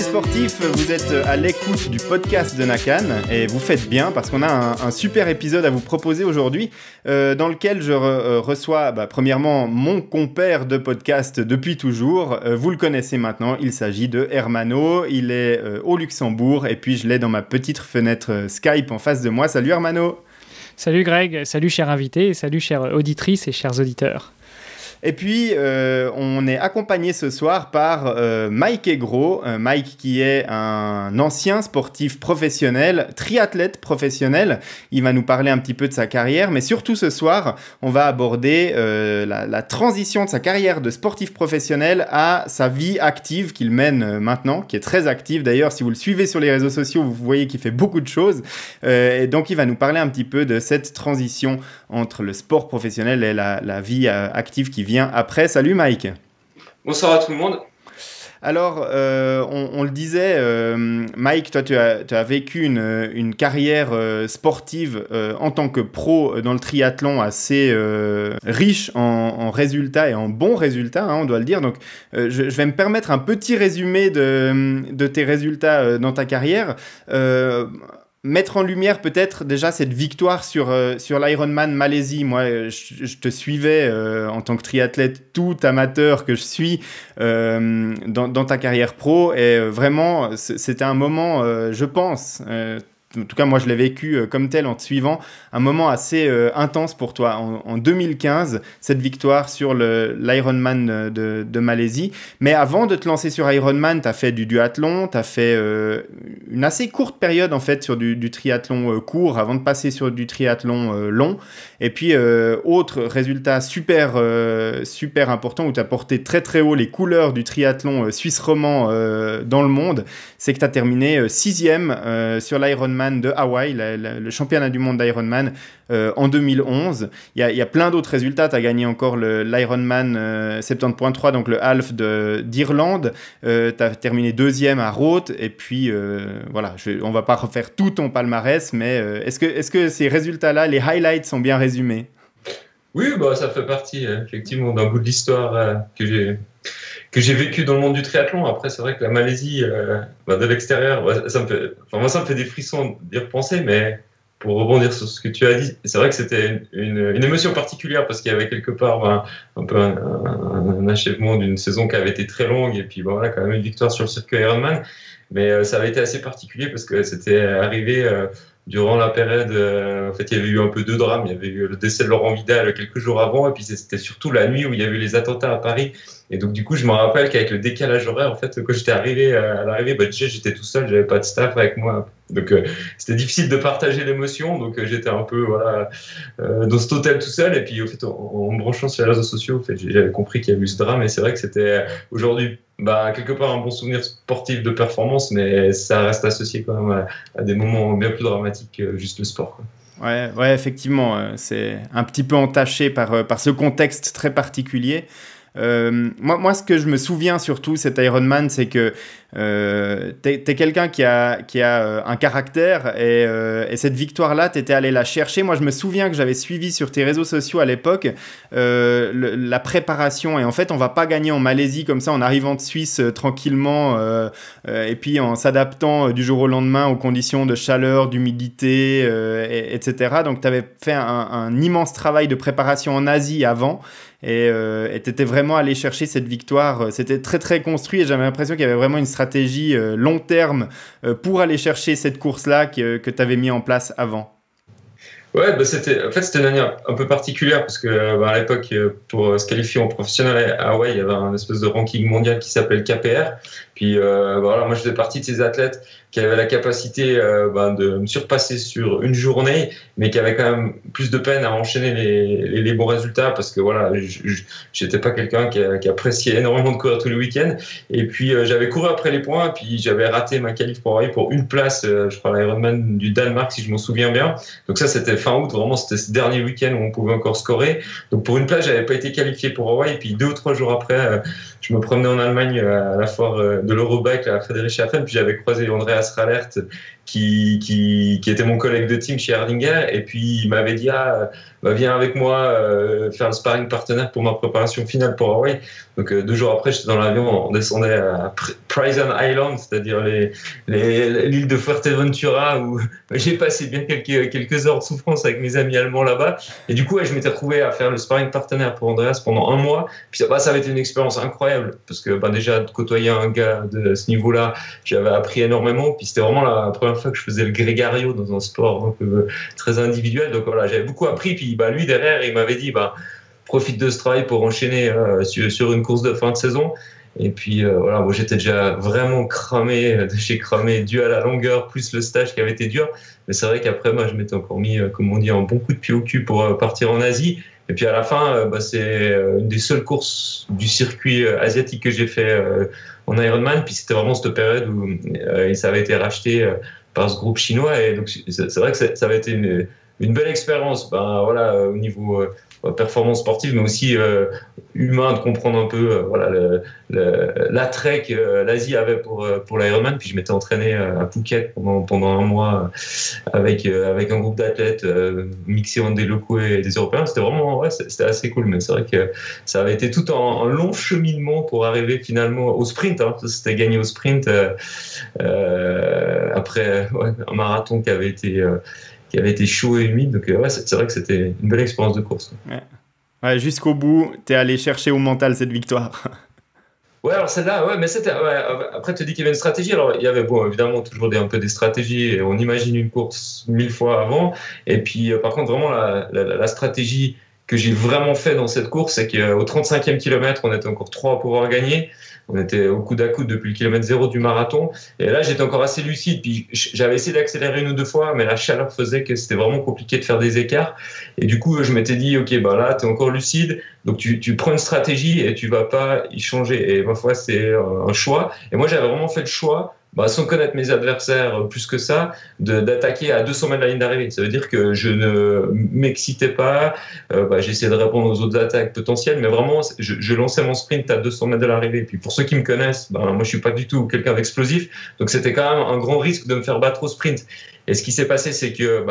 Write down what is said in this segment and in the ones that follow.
sportifs, vous êtes à l'écoute du podcast de Nakan et vous faites bien parce qu'on a un super épisode à vous proposer aujourd'hui dans lequel je reçois premièrement mon compère de podcast depuis toujours. Vous le connaissez maintenant, il s'agit de Hermano, il est au Luxembourg et puis je l'ai dans ma petite fenêtre Skype en face de moi. Salut Hermano. Salut Greg, salut chers invités, et salut chères auditrices et chers auditeurs. Et puis, on est accompagné ce soir par Mike Aigro. Mike qui est un ancien sportif professionnel, triathlète professionnel. Il va nous parler un petit peu de sa carrière, mais surtout ce soir, on va aborder la transition de sa carrière de sportif professionnel à sa vie active qu'il mène maintenant, qui est très active. D'ailleurs, si vous le suivez sur les réseaux sociaux, vous voyez qu'il fait beaucoup de choses. Et donc, il va nous parler un petit peu de cette transition entre le sport professionnel et la vie active qui vient après. Salut Mike. Bonsoir à tout le monde. Alors, on le disait, Mike, toi tu as vécu une carrière sportive en tant que pro dans le triathlon assez riche en résultats et en bons résultats, on doit le dire. Donc, je vais me permettre un petit résumé de tes résultats dans ta carrière. Mettre en lumière peut-être déjà cette victoire sur l'Ironman Malaisie. Moi, je te suivais en tant que triathlète tout amateur que je suis dans ta carrière pro et vraiment, c'était un moment, je pense... en tout cas, moi, je l'ai vécu comme tel en te suivant, un moment assez intense pour toi. En 2015, cette victoire sur l'Ironman de Malaisie. Mais avant de te lancer sur Ironman, tu as fait du duathlon, tu as fait une assez courte période, en fait, sur du triathlon court, avant de passer sur du triathlon long. Et puis, autre résultat super important, où tu as porté très, très haut les couleurs du triathlon suisse roman dans le monde, c'est que tu as terminé 6e sur l'Ironman de Hawaï, le championnat du monde d'Ironman en 2011. Il y a plein d'autres résultats. Tu as gagné encore l'Ironman 70.3, donc le half d'Irlande. Tu as terminé 2e à Roth. Et puis, voilà, on ne va pas refaire tout ton palmarès, mais est-ce que ces résultats-là, les highlights sont bien résumés? Oui, ça fait partie effectivement d'un bout de l'histoire que j'ai vécu dans le monde du triathlon. Après, c'est vrai que la Malaisie, de l'extérieur, ça me fait des frissons d'y repenser, mais pour rebondir sur ce que tu as dit, c'est vrai que c'était une émotion particulière parce qu'il y avait quelque part un peu un achèvement d'une saison qui avait été très longue et puis voilà, quand même une victoire sur le circuit Ironman. Mais ça avait été assez particulier parce que c'était arrivé durant la période, en fait, il y avait eu un peu deux drames. Il y avait eu le décès de Laurent Vidal quelques jours avant, et puis c'était surtout la nuit où il y a eu les attentats à Paris. Et donc, du coup, je me rappelle qu'avec le décalage horaire, en fait, quand j'étais arrivé à l'arrivée, déjà, j'étais tout seul, j'avais pas de staff avec moi. Donc, c'était difficile de partager l'émotion. Donc, j'étais un peu, dans cet hôtel tout seul. Et puis, au fait, en me branchant sur les réseaux sociaux, en fait, j'avais compris qu'il y avait eu ce drame. Et c'est vrai que c'était aujourd'hui, quelque part, un bon souvenir sportif de performance, mais ça reste associé quand même à des moments bien plus dramatiques que juste le sport, quoi. Ouais, effectivement, c'est un petit peu entaché par ce contexte très particulier. Moi, ce que je me souviens surtout, cet Ironman, c'est que t'es quelqu'un qui a un caractère et cette victoire-là, t'étais allé la chercher. Moi, je me souviens que j'avais suivi sur tes réseaux sociaux à l'époque la préparation. Et en fait, on va pas gagner en Malaisie comme ça en arrivant de Suisse tranquillement et puis en s'adaptant du jour au lendemain aux conditions de chaleur, d'humidité, etc. Donc, t'avais fait un immense travail de préparation en Asie avant. Et t'étais vraiment allé chercher cette victoire. C'était très très construit et j'avais l'impression qu'il y avait vraiment une stratégie long terme pour aller chercher cette course-là que tu avais mis en place avant. Ouais, c'était une année un peu particulière parce que à l'époque, pour se qualifier en professionnel à Hawaï, il y avait un espèce de ranking mondial qui s'appelle KPR. Puis moi je faisais partie de ces athlètes qui avaient la capacité de me surpasser sur une journée, mais qui avaient quand même plus de peine à enchaîner les bons résultats parce que voilà, j'étais pas quelqu'un qui appréciait énormément de courir tous les week-ends. Et puis j'avais couru après les points, puis j'avais raté ma qualif pour Hawaï pour une place, je crois l'Ironman du Danemark si je m'en souviens bien. Donc ça c'était fin août, vraiment c'était ce dernier week-end où on pouvait encore scorer. Donc pour une place, j'avais pas été qualifié pour Hawaï. Et puis 2 ou 3 jours après, je me promenais en Allemagne à la foire de l'Eurobike à Friedrichshafen, puis j'avais croisé Andreas Rallert qui était mon collègue de team chez Erdinger, et puis il m'avait dit viens avec moi faire le sparring partenaire pour ma préparation finale pour Hawaï. Donc 2 jours après, j'étais dans l'avion, on descendait à Prison Island, c'est-à-dire l'île de Fuerteventura, où j'ai passé bien quelques heures de souffrance avec mes amis allemands là-bas, et du coup je m'étais retrouvé à faire le sparring partenaire pour Andreas pendant 1 mois. Puis ça avait été une expérience incroyable, parce que déjà de côtoyer un gars de ce niveau-là, j'avais appris énormément, puis c'était vraiment la première fois que je faisais le grégario dans un sport un peu très individuel, donc voilà, j'avais beaucoup appris. Puis lui derrière, il m'avait dit profite de ce travail pour enchaîner sur une course de fin de saison. Et puis voilà, moi j'étais déjà vraiment cramé de chez cramé, dû à la longueur plus le stage qui avait été dur. Mais c'est vrai qu'après moi je m'étais encore mis, comme on dit, un bon coup de pied au cul pour partir en Asie. Et puis à la fin, c'est une des seules courses du circuit asiatique que j'ai fait en Ironman. Puis c'était vraiment cette période où ça avait été racheté par ce groupe chinois. Et donc c'est vrai que ça avait été une belle expérience, au niveau performance sportive, mais aussi humain, de comprendre un peu l'attrait que l'Asie avait pour l'Ironman. Puis je m'étais entraîné à Phuket pendant 1 mois avec un groupe d'athlètes mixé entre des locaux et des Européens. C'était vraiment c'était assez cool, mais c'est vrai que ça avait été tout un long cheminement pour arriver finalement au sprint. Ça, c'était gagné au sprint après un marathon qui avait été chaud et humide. Donc c'est vrai que c'était une belle expérience de course. Ouais, jusqu'au bout, t'es allé chercher au mental cette victoire. Ouais, alors celle-là, mais c'était. Après, tu dis qu'il y avait une stratégie. Alors, il y avait, évidemment, toujours un peu des stratégies. Et on imagine une course 1000 fois avant. Et puis, par contre, vraiment, la stratégie que j'ai vraiment fait dans cette course, c'est qu'au 35e kilomètre, on était encore 3 à pouvoir gagner. On était au coude à coude depuis le kilomètre 0 du marathon. Et là, j'étais encore assez lucide. Puis j'avais essayé d'accélérer 1 ou 2 fois, mais la chaleur faisait que c'était vraiment compliqué de faire des écarts. Et du coup, je m'étais dit, OK, là, tu es encore lucide. Donc, tu prends une stratégie et tu vas pas y changer. Et ma foi, c'est un choix. Et moi, j'avais vraiment fait le choix, sans connaître mes adversaires plus que ça, d'attaquer à 200 mètres de la ligne d'arrivée. Ça veut dire que je ne m'excitais pas, j'essayais de répondre aux autres attaques potentielles, mais vraiment, je lançais mon sprint à 200 mètres de l'arrivée. Et puis pour ceux qui me connaissent, moi je suis pas du tout quelqu'un d'explosif, donc c'était quand même un grand risque de me faire battre au sprint. Et ce qui s'est passé, c'est que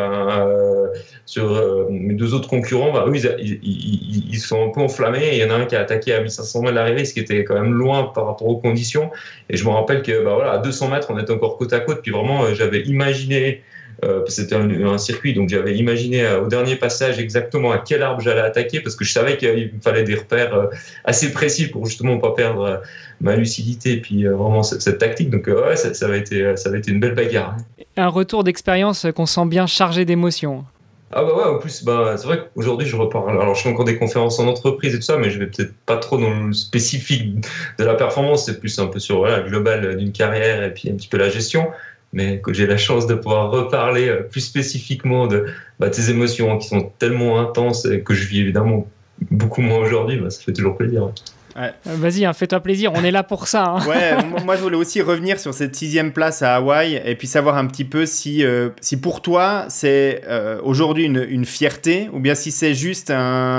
sur mes 2 autres concurrents, eux, ils sont un peu enflammés. Et il y en a un qui a attaqué à 1500 mètres de l'arrivée, ce qui était quand même loin par rapport aux conditions. Et je me rappelle que à 200 mètres, on était encore côte à côte. Puis vraiment, j'avais imaginé, c'était un circuit, donc j'avais imaginé au dernier passage exactement à quel arbre j'allais attaquer, parce que je savais qu'il me fallait des repères assez précis pour justement pas perdre ma lucidité et puis vraiment cette tactique. Donc ça avait été une belle bagarre. Un retour d'expérience qu'on sent bien chargé d'émotions. Ah en plus, c'est vrai qu'aujourd'hui je repars. Alors je fais encore des conférences en entreprise et tout ça, mais je vais peut-être pas trop dans le spécifique de la performance, c'est plus un peu sur le global d'une carrière et puis un petit peu la gestion. Mais que j'ai la chance de pouvoir reparler plus spécifiquement de tes émotions qui sont tellement intenses et que je vis évidemment beaucoup moins aujourd'hui, ça fait toujours plaisir. Ouais. Vas-y, fais-toi plaisir, on est là pour ça. Ouais, moi je voulais aussi revenir sur cette 6e place à Hawaï et puis savoir un petit peu si pour toi c'est aujourd'hui une fierté ou bien si c'est juste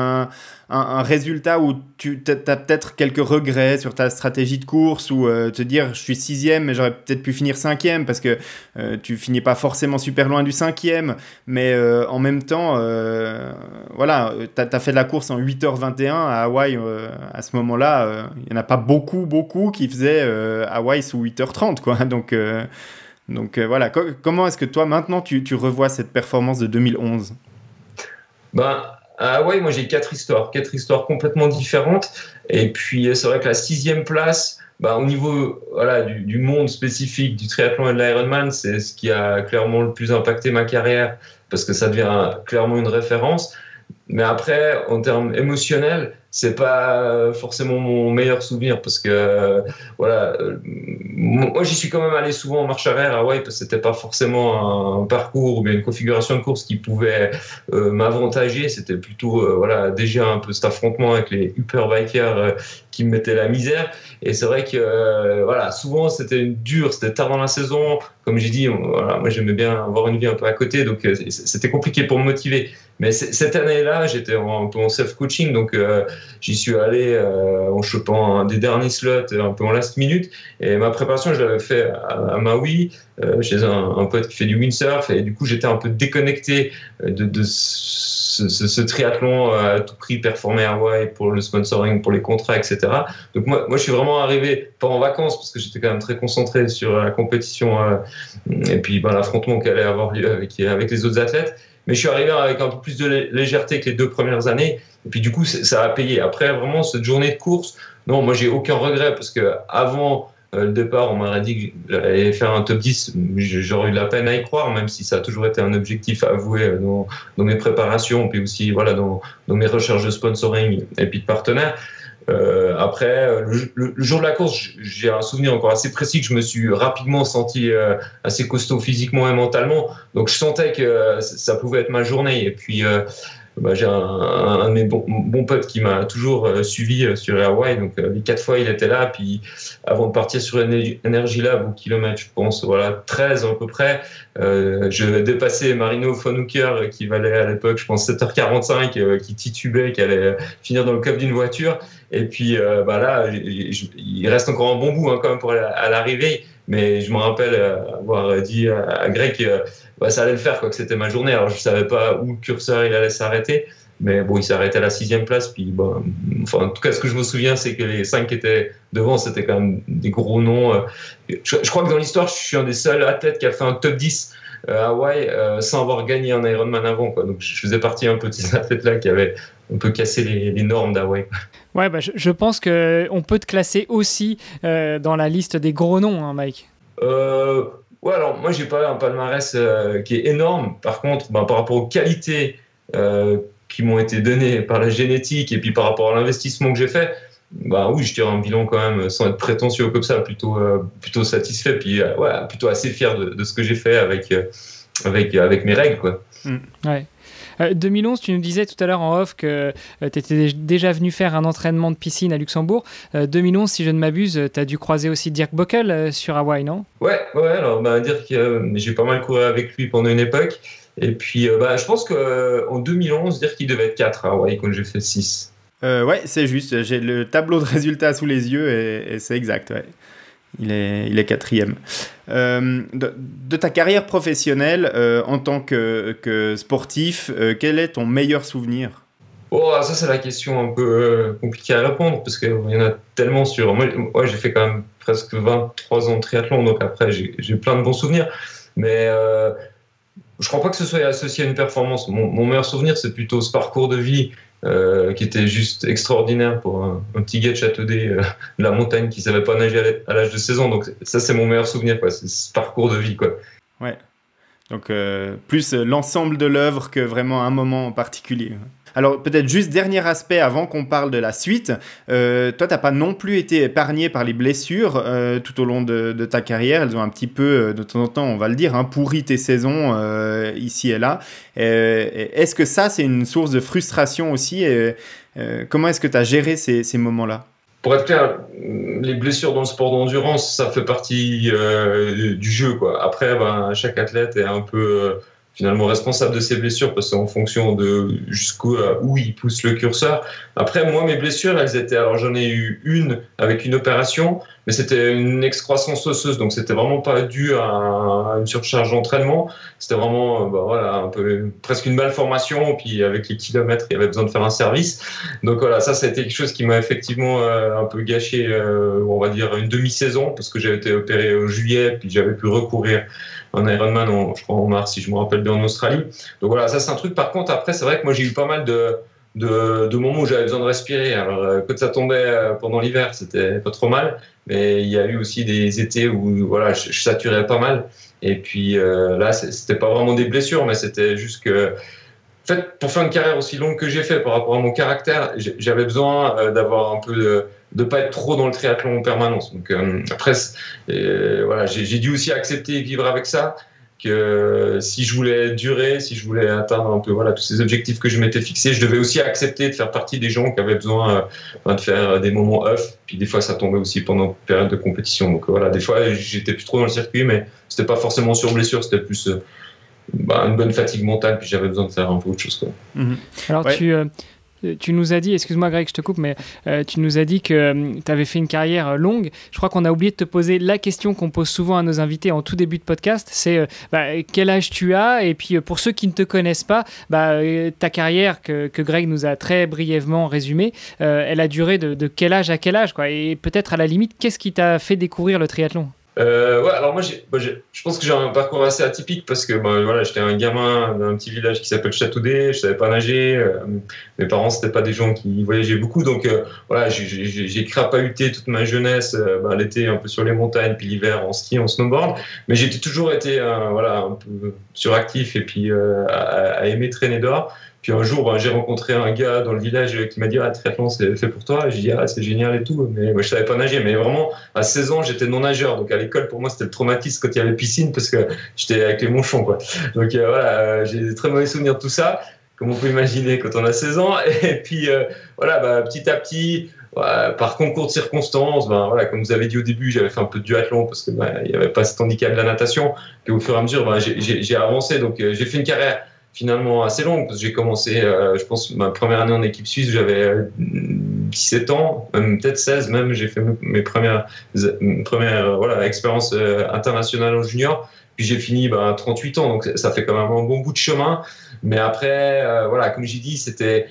un résultat où tu as peut-être quelques regrets sur ta stratégie de course ou te dire je suis 6e mais j'aurais peut-être pu finir 5e parce que tu finis pas forcément super loin du 5e, mais en même temps t'as fait de la course en 8h21 à Hawaï à ce moment-là, il y en a pas beaucoup qui faisaient Hawaï sous 8h30 quoi. Donc voilà, comment est-ce que toi maintenant tu revois cette performance de 2011? À Hawaï, moi j'ai 4 histoires complètement différentes. Et puis c'est vrai que la 6e place, au niveau du monde spécifique du triathlon et de l'Ironman, c'est ce qui a clairement le plus impacté ma carrière parce que ça devient clairement une référence. Mais après, en termes émotionnels, c'est pas forcément mon meilleur souvenir parce que moi j'y suis quand même allé souvent en marche arrière à Hawaï parce que c'était pas forcément un parcours ou bien une configuration de course qui pouvait m'avantager. C'était plutôt déjà un peu cet affrontement avec les hyperbikers qui me mettaient la misère. Et c'est vrai que souvent c'était c'était tard dans la saison. Comme j'ai dit, moi j'aimais bien avoir une vie un peu à côté, donc c'était compliqué pour me motiver. Mais cette année-là, j'étais un peu en self-coaching, donc j'y suis allé en chopant un des derniers slots, un peu en last minute. Et ma préparation, je l'avais fait à Maui, chez un pote qui fait du windsurf. Et du coup, j'étais un peu déconnecté de ce triathlon à tout prix, performer à Hawaï pour le sponsoring, pour les contrats, etc. Donc moi, je suis vraiment arrivé, pas en vacances, parce que j'étais quand même très concentré sur la compétition et puis l'affrontement qui allait avoir lieu avec les autres athlètes. Mais je suis arrivé avec un peu plus de légèreté que les 2 premières années. Et puis du coup, ça a payé. Après, vraiment, cette journée de course, non, moi, j'ai aucun regret parce que avant le départ, on m'aurait dit que j'allais faire un top 10. J'aurais eu de la peine à y croire, même si ça a toujours été un objectif avoué dans mes préparations, puis aussi dans mes recherches de sponsoring et puis de partenaires. Après, le jour de la course, j'ai un souvenir encore assez précis que je me suis rapidement senti assez costaud physiquement et mentalement. Donc je sentais que ça pouvait être ma journée. Et puis j'ai un de mes bons potes qui m'a toujours suivi sur Hawaï. Donc les 4 fois il était là. Puis avant de partir sur Energy Lab au kilomètre, je pense 13 à peu près, je dépassais Marino Fonouker qui valait à l'époque je pense 7h45, qui titubait, qui allait finir dans le coffre d'une voiture. Et puis là, il reste encore un bon bout quand même pour à l'arrivée. Mais je me rappelle avoir dit à Greg que ça allait le faire, que c'était ma journée. Alors je savais pas où le curseur il allait s'arrêter, mais bon, il s'est arrêté à la 6e place. Puis en tout cas, ce que je me souviens, c'est que les 5 qui étaient devant, c'était quand même des gros noms. Je crois que dans l'histoire, je suis un des seuls athlètes qui a fait un top 10 à Hawaï sans avoir gagné un Ironman avant, quoi. Donc je faisais partie un peu de ces athlètes-là qui avaient un peu cassé les normes d'Hawaï. Ouais, je pense qu'on peut te classer aussi dans la liste des gros noms, hein, Mike. Ouais, alors moi j'ai pas un palmarès qui est énorme. Par contre, par rapport aux qualités qui m'ont été données par la génétique et puis par rapport à l'investissement que j'ai fait, oui, je tire un bilan quand même sans être prétentieux comme ça, plutôt satisfait, puis plutôt assez fier de ce que j'ai fait avec mes règles, quoi. Ouais. 2011, tu nous disais tout à l'heure en off que tu étais déjà venu faire un entraînement de piscine à Luxembourg. 2011, si je ne m'abuse, tu as dû croiser aussi Dirk Bockel sur Hawaï, non ? Ouais, alors Dirk, j'ai pas mal couru avec lui pendant une époque. Et puis, je pense qu'en 2011, Dirk, il devait être 4 à Hawaï quand j'ai fait 6. Ouais, c'est juste. J'ai le tableau de résultats sous les yeux et c'est exact, ouais. Il est 4e. De ta carrière professionnelle en tant que sportif, quel est ton meilleur souvenir ? Ça, c'est la question un peu compliquée à répondre parce qu'il y en a tellement sur. Moi, j'ai fait quand même presque 23 ans de triathlon, donc après, j'ai plein de bons souvenirs. Mais je ne crois pas que ce soit associé à une performance. Mon meilleur souvenir, c'est plutôt ce parcours de vie qui était juste extraordinaire pour un petit gars de Châteaudet de la montagne qui ne savait pas nager à l'âge de 16 ans. Donc ça, c'est mon meilleur souvenir, quoi. C'est ce parcours de vie, quoi. Ouais. Donc plus l'ensemble de l'œuvre que vraiment un moment en particulier. Alors peut-être juste dernier aspect avant qu'on parle de la suite. Toi, tu n'as pas non plus été épargné par les blessures tout au long de ta carrière. Elles ont un petit peu, de temps en temps, on va le dire, pourri tes saisons ici et là. Est-ce que ça, c'est une source de frustration aussi comment est-ce que tu as géré ces moments-là ? Pour être clair, les blessures dans le sport d'endurance, ça fait partie du jeu, quoi. Après, chaque athlète est un peu finalement responsable de ses blessures parce que c'est en fonction de jusqu'où où il pousse le curseur. Après, moi, mes blessures, elles étaient... Alors, j'en ai eu une avec une opération, mais c'était une excroissance osseuse, donc c'était vraiment pas dû à une surcharge d'entraînement. C'était vraiment un peu presque une malformation, puis avec les kilomètres, il y avait besoin de faire un service. Donc voilà, ça a été quelque chose qui m'a effectivement un peu gâché, on va dire, une demi-saison, parce que j'avais été opéré en juillet, puis j'avais pu recourir un Ironman, je crois en mars, si je me rappelle bien, en Australie. Donc voilà, ça c'est un truc. Par contre, après, c'est vrai que moi j'ai eu pas mal de moments où j'avais besoin de respirer. Alors, quand ça tombait pendant l'hiver, c'était pas trop mal, mais il y a eu aussi des étés où je saturais pas mal. Et puis là, c'était pas vraiment des blessures, mais c'était juste que, en fait, pour faire une carrière aussi longue que j'ai fait par rapport à mon caractère, j'avais besoin d'avoir un peu de pas être trop dans le triathlon en permanence. Donc après, j'ai dû aussi accepter et vivre avec ça, que si je voulais durer, si je voulais atteindre un peu tous ces objectifs que je m'étais fixés, je devais aussi accepter de faire partie des gens qui avaient besoin de faire des moments off. Puis des fois, ça tombait aussi pendant une période de compétition. Donc des fois, j'étais plus trop dans le circuit, mais c'était pas forcément sur blessure, c'était plus une bonne fatigue mentale, puis j'avais besoin de faire un peu autre chose, quoi. Alors tu nous as dit, excuse-moi Greg, je te coupe, mais tu nous as dit que tu avais fait une carrière longue. Je crois qu'on a oublié de te poser la question qu'on pose souvent à nos invités en tout début de podcast, c'est quel âge tu as? Et puis pour ceux qui ne te connaissent pas, ta carrière que Greg nous a très brièvement résumée, elle a duré de quel âge à quel âge, quoi? Et peut-être à la limite, qu'est-ce qui t'a fait découvrir le triathlon? Alors moi, je pense que j'ai un parcours assez atypique parce que j'étais un gamin d'un petit village qui s'appelle Châteaudet, je savais pas nager, mes parents c'était pas des gens qui voyageaient beaucoup, donc j'ai crapahuté toute ma jeunesse, l'été un peu sur les montagnes, puis l'hiver en ski, en snowboard, mais j'ai toujours été un peu suractif et puis à aimer traîner dehors. Puis un jour, j'ai rencontré un gars dans le village qui m'a dit « Ah, le triathlon, c'est fait pour toi ». Et j'ai dit « Ah, c'est génial et tout ». Mais moi, je savais pas nager. Mais vraiment, à 16 ans, j'étais non-nageur. Donc à l'école, pour moi, c'était le traumatisme quand il y avait piscine parce que j'étais avec les manchons, quoi. Donc j'ai des très mauvais souvenirs de tout ça, comme on peut imaginer quand on a 16 ans. Et puis, petit à petit, par concours de circonstances, comme vous avez dit au début, j'avais fait un peu de duathlon parce que il y avait pas cet handicap de la natation. Puis au fur et à mesure, j'ai avancé. Donc j'ai fait une carrière finalement assez longue, parce que j'ai commencé, je pense, ma première année en équipe suisse, j'avais 17 ans, même peut-être 16 même, j'ai fait mes premières expériences internationales en junior, puis j'ai fini 38 ans, donc ça fait quand même un bon bout de chemin, mais après, comme j'ai dit, c'était,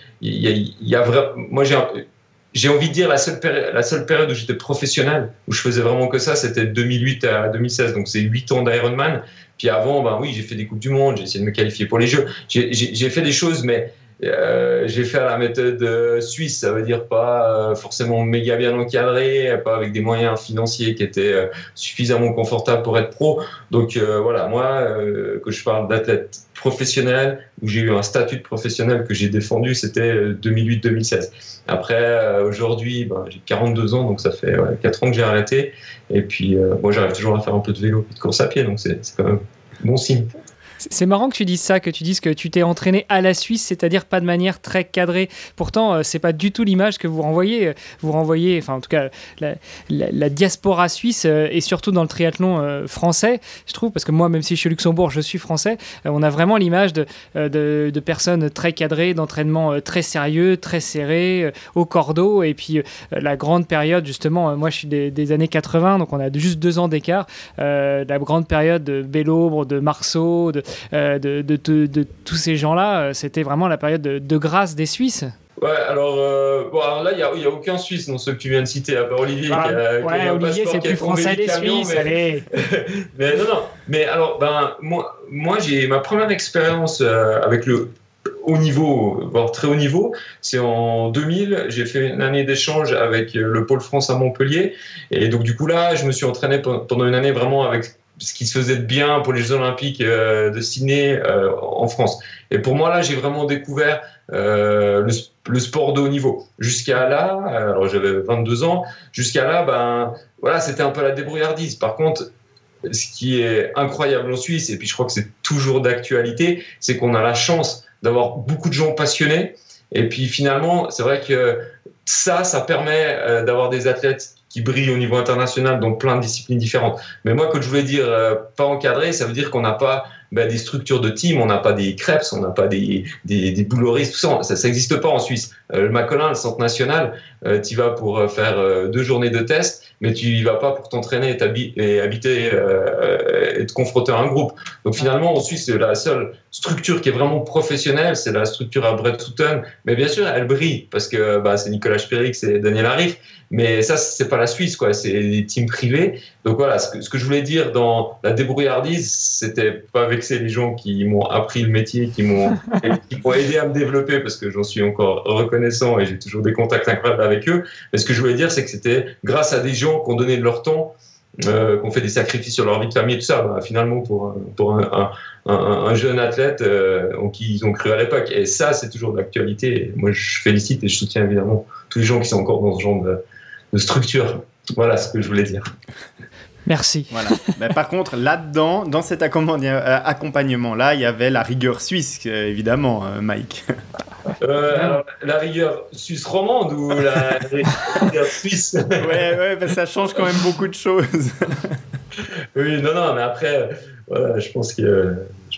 moi j'ai envie de dire la seule période où j'étais professionnel, où je faisais vraiment que ça, c'était de 2008 à 2016, donc c'est 8 ans d'Ironman. Puis avant, j'ai fait des Coupes du Monde, j'ai essayé de me qualifier pour les Jeux. J'ai fait des choses, mais j'ai fait à la méthode suisse, ça veut dire pas forcément méga bien encadré, pas avec des moyens financiers qui étaient suffisamment confortables pour être pro. Donc moi, que je parle d'athlète professionnel, où j'ai eu un statut de professionnel que j'ai défendu, c'était 2008-2016. Après, aujourd'hui, j'ai 42 ans, donc ça fait 4 ans que j'ai arrêté. Et puis, moi, j'arrive toujours à faire un peu de vélo et de course à pied, donc c'est quand même bon signe. C'est marrant que tu dises ça, que tu dises que tu t'es entraîné à la Suisse, c'est-à-dire pas de manière très cadrée. Pourtant, c'est pas du tout l'image que vous renvoyez. Vous renvoyez, enfin en tout cas, la diaspora suisse et surtout dans le triathlon français, je trouve, parce que moi, même si je suis au Luxembourg, je suis français, on a vraiment l'image de personnes très cadrées, d'entraînement très sérieux, très serré, au cordeau. Et puis la grande période, justement, moi je suis des années 80, donc on a juste 2 ans d'écart. La grande période de Bellobre, de Marceau, de tous ces gens-là, c'était vraiment la période de grâce des Suisses. Ouais, alors là, il n'y a aucun Suisse dans ceux que tu viens de citer, à part Olivier. Olivier, c'est plus français des Suisses, allez. Mais non. Mais alors, moi j'ai ma première expérience avec le haut niveau, voire très haut niveau, c'est en 2000, j'ai fait une année d'échange avec le Pôle France à Montpellier. Et donc, du coup, là, je me suis entraîné pendant une année vraiment avec ce qui se faisait de bien pour les Jeux Olympiques de Sydney en France. Et pour moi, là, j'ai vraiment découvert le sport de haut niveau. Jusqu'à là, alors j'avais 22 ans, jusqu'à là, c'était un peu la débrouillardise. Par contre, ce qui est incroyable en Suisse, et puis je crois que c'est toujours d'actualité, c'est qu'on a la chance d'avoir beaucoup de gens passionnés. Et puis finalement, c'est vrai que ça permet d'avoir des athlètes qui brillent au niveau international dans plein de disciplines différentes. Mais moi, quand je voulais dire pas encadré, ça veut dire qu'on n'a pas des structures de team, on n'a pas des crêpes, on n'a pas des bouloristes, tout ça. Ça n'existe pas en Suisse. Le Macolin, le centre national, tu y vas pour faire 2 journées de test, mais tu y vas pas pour t'entraîner et habiter et te confronter à un groupe. Donc finalement, en Suisse, la seule structure qui est vraiment professionnelle, c'est la structure à Brett Sutton. Mais bien sûr, elle brille parce que c'est Nicolas Spérix et Daniel Arif. Mais ça, c'est pas la Suisse, quoi. C'est des teams privés. Donc voilà, ce que je voulais dire dans la débrouillardise, c'était pas vexer les gens qui m'ont appris le métier, qui m'ont aidé à me développer, parce que j'en suis encore reconnaissant et j'ai toujours des contacts incroyables avec eux. Mais ce que je voulais dire, c'est que c'était grâce à des gens qui ont donné de leur temps, qui ont fait des sacrifices sur leur vie de famille et tout ça, finalement, pour un jeune athlète en qui ils ont cru à l'époque. Et ça, c'est toujours d'actualité. Et moi, je félicite et je soutiens évidemment tous les gens qui sont encore dans ce genre de structure. Voilà ce que je voulais dire. Merci. Voilà. Mais par contre, là-dedans, dans cet accompagnement-là, il y avait la rigueur suisse, évidemment, Mike. Alors, la rigueur suisse romande ou la rigueur suisse? Ouais, ça change quand même beaucoup de choses. Oui, non, mais après, voilà, je pense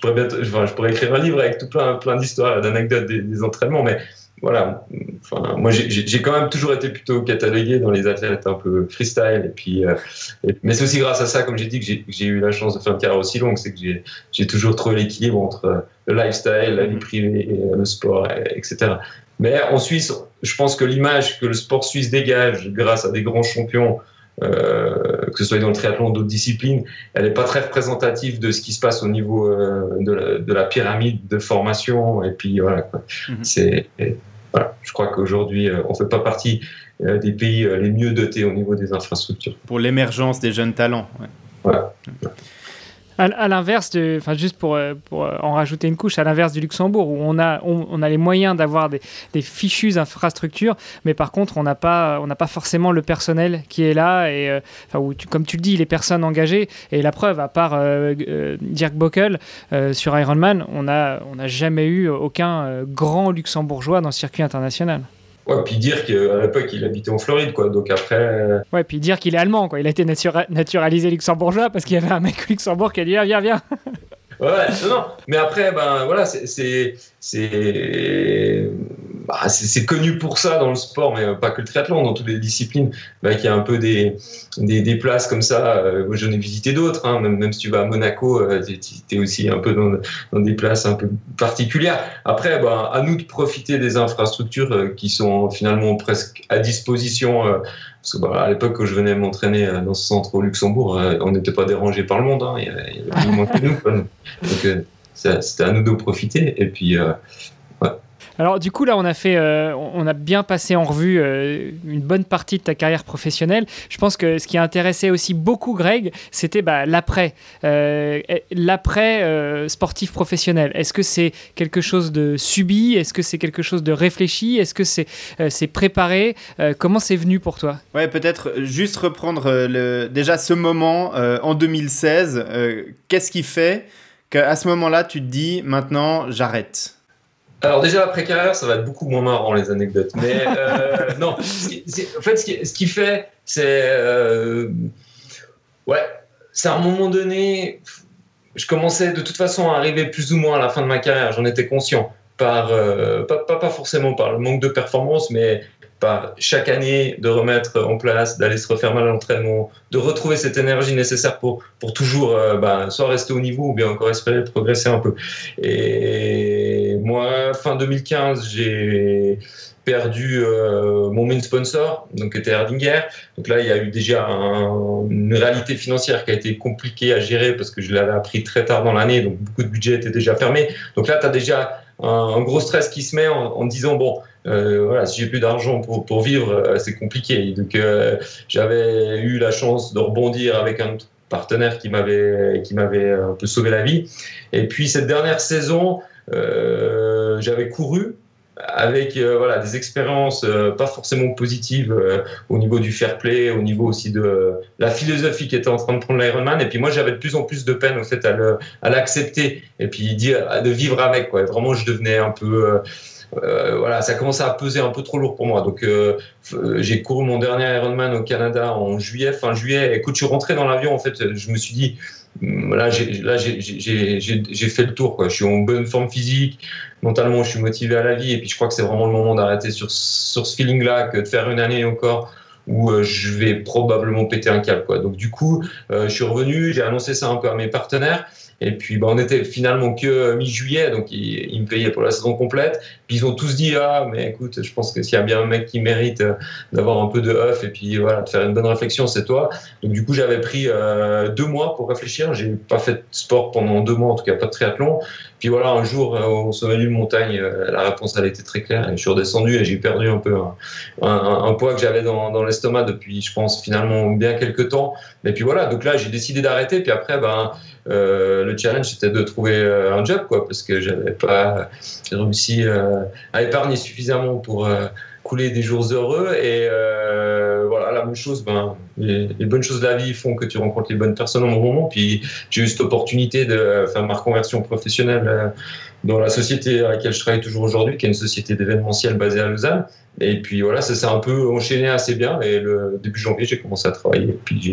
je pourrais écrire un livre avec tout plein d'histoires, d'anecdotes des entraînements, mais voilà. Enfin, moi, j'ai quand même toujours été plutôt catalogué dans les athlètes un peu freestyle, et puis, mais c'est aussi grâce à ça, comme j'ai dit, que j'ai eu la chance de faire une carrière aussi longue, c'est que j'ai toujours trouvé l'équilibre entre le lifestyle, la vie privée, le sport, etc. Mais en Suisse, je pense que l'image que le sport suisse dégage grâce à des grands champions, que ce soit dans le triathlon ou d'autres disciplines, elle n'est pas très représentative de ce qui se passe au niveau de la pyramide de formation. Et puis voilà, quoi. Voilà, je crois qu'aujourd'hui, on ne fait pas partie des pays les mieux dotés au niveau des infrastructures. Pour l'émergence des jeunes talents. Ouais. Voilà. À l'inverse, juste pour en rajouter une couche, à l'inverse du Luxembourg, où on a les moyens d'avoir des fichues infrastructures, mais par contre, on n'a pas forcément le personnel qui est là, et comme tu le dis, les personnes engagées. Et la preuve, à part Dirk Bockel sur Ironman, on n'a jamais eu aucun grand luxembourgeois dans le circuit international. Ouais, puis dire qu'à l'époque, il habitait en Floride, quoi. Donc après. Ouais, puis dire qu'il est allemand, quoi. Il a été naturalisé luxembourgeois parce qu'il y avait un mec au Luxembourg qui a dit viens. Ouais, non. Mais après, voilà, c'est connu pour ça dans le sport, mais pas que le triathlon, dans toutes les disciplines, qu'il y a un peu des places comme ça. J'en ai visité d'autres, hein, même si tu vas à Monaco, tu es aussi un peu dans des places un peu particulières. Après, à nous de profiter des infrastructures qui sont finalement presque à disposition. Parce que à l'époque, quand je venais m'entraîner dans ce centre au Luxembourg, on n'était pas dérangé par le monde. Hein, il y avait plus ou moins que nous, quoi. Donc, c'était à nous de profiter. Et puis, ouais. Alors du coup là on a bien passé en revue une bonne partie de ta carrière professionnelle. Je pense que ce qui a intéressé aussi beaucoup Greg, c'était l'après sportif professionnel. Est-ce que c'est quelque chose de subi? Est-ce que c'est quelque chose de réfléchi? Est-ce que c'est préparé? Comment c'est venu pour toi? Ouais, peut-être juste reprendre déjà ce moment en 2016. Qu'est-ce qui fait qu'à ce moment-là tu te dis maintenant j'arrête? Alors déjà, l'après-carrière, ça va être beaucoup moins marrant, les anecdotes. Mais non, ce qui fait, c'est... c'est à un moment donné, je commençais de toute façon à arriver plus ou moins à la fin de ma carrière, j'en étais conscient, pas forcément par le manque de performance, mais par chaque année de remettre en place, d'aller se refaire mal à l'entraînement, de retrouver cette énergie nécessaire pour toujours soit rester au niveau ou bien encore espérer progresser un peu. Et moi, fin 2015, j'ai perdu mon main sponsor, donc qui était Erdinger. Donc là, il y a eu déjà une réalité financière qui a été compliquée à gérer parce que je l'avais appris très tard dans l'année, donc beaucoup de budget était déjà fermé. Donc là, tu as déjà un gros stress qui se met en disant si j'ai plus d'argent pour vivre, c'est compliqué. Donc j'avais eu la chance de rebondir avec un partenaire qui m'avait un peu sauvé la vie. Et puis cette dernière saison, j'avais couru avec des expériences pas forcément positives au niveau du fair play, au niveau aussi de la philosophie qui était en train de prendre l'Ironman. Et puis moi, j'avais de plus en plus de peine au fait à l'accepter et puis de vivre avec, quoi. Vraiment, je devenais un peu... ça commençait à peser un peu trop lourd pour moi. Donc, j'ai couru mon dernier Ironman au Canada fin juillet. Et quand je suis rentré dans l'avion, en fait, je me suis dit, là, j'ai fait le tour, quoi. Je suis en bonne forme physique, mentalement, je suis motivé à la vie. Et puis, je crois que c'est vraiment le moment d'arrêter sur ce feeling-là que de faire une année encore où je vais probablement péter un câble, quoi. Donc, du coup, je suis revenu, j'ai annoncé ça un peu à mes partenaires. Et puis, on était finalement que mi-juillet, donc ils me payaient pour la saison complète. Puis ils ont tous dit, mais écoute, je pense que s'il y a bien un mec qui mérite d'avoir un peu de off et puis de faire une bonne réflexion, c'est toi. Donc du coup, j'avais pris 2 mois pour réfléchir. J'ai pas fait de sport pendant 2 mois, en tout cas pas de triathlon. Puis un jour, au sommet d'une montagne, la réponse elle était très claire. Et je suis redescendu et j'ai perdu un peu un poids que j'avais dans l'estomac depuis, je pense, finalement bien quelques temps. Et puis donc là, j'ai décidé d'arrêter. Puis après, le challenge c'était de trouver un job, quoi, parce que j'avais pas réussi à épargner suffisamment pour couler des jours heureux. Et la même chose, les bonnes choses de la vie font que tu rencontres les bonnes personnes au bon moment. Puis j'ai eu cette opportunité de faire ma reconversion professionnelle dans la société à laquelle je travaille toujours aujourd'hui, qui est une société d'événementiel basée à Lausanne. Et puis ça s'est un peu enchaîné assez bien. Et le début janvier, j'ai commencé à travailler. Et puis j'ai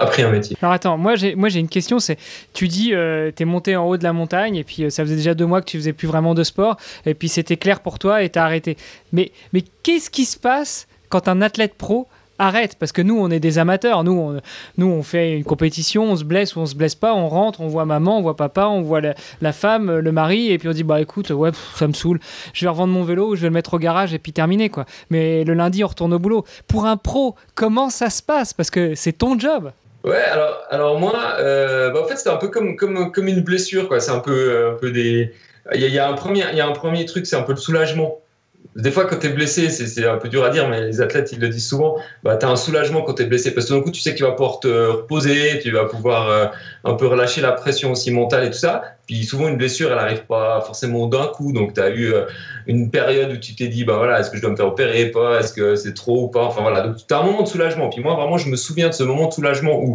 appris un métier. Alors attends, moi j'ai une question, c'est, tu dis, t'es monté en haut de la montagne et puis ça faisait déjà 2 mois que tu faisais plus vraiment de sport et puis c'était clair pour toi et t'as arrêté. Mais qu'est-ce qui se passe quand un athlète pro arrête? Parce que nous, on est des amateurs. Nous, on fait une compétition, on se blesse ou on se blesse pas, on rentre, on voit maman, on voit papa, on voit la femme, le mari, et puis on dit, bah écoute, ouais, ça me saoule. Je vais revendre mon vélo, je vais le mettre au garage et puis terminer, quoi. Mais le lundi, on retourne au boulot. Pour un pro, comment ça se passe? Parce que c'est ton job. Ouais, alors moi, en fait, c'était un peu comme une blessure, quoi. C'est un peu des. Il y a un premier truc, c'est un peu le soulagement. Des fois, quand tu es blessé, c'est un peu dur à dire, mais les athlètes, ils le disent souvent, bah, tu as un soulagement quand tu es blessé, parce que d'un coup, tu sais que tu vas pouvoir te reposer, tu vas pouvoir un peu relâcher la pression aussi mentale et tout ça. Puis souvent, une blessure, elle n'arrive pas forcément d'un coup, donc tu as eu une période où tu t'es dit, bah voilà, est-ce que je dois me faire opérer, pas, est-ce que c'est trop ou pas, enfin voilà, donc tu as un moment de soulagement. Puis moi, vraiment, je me souviens de ce moment de soulagement où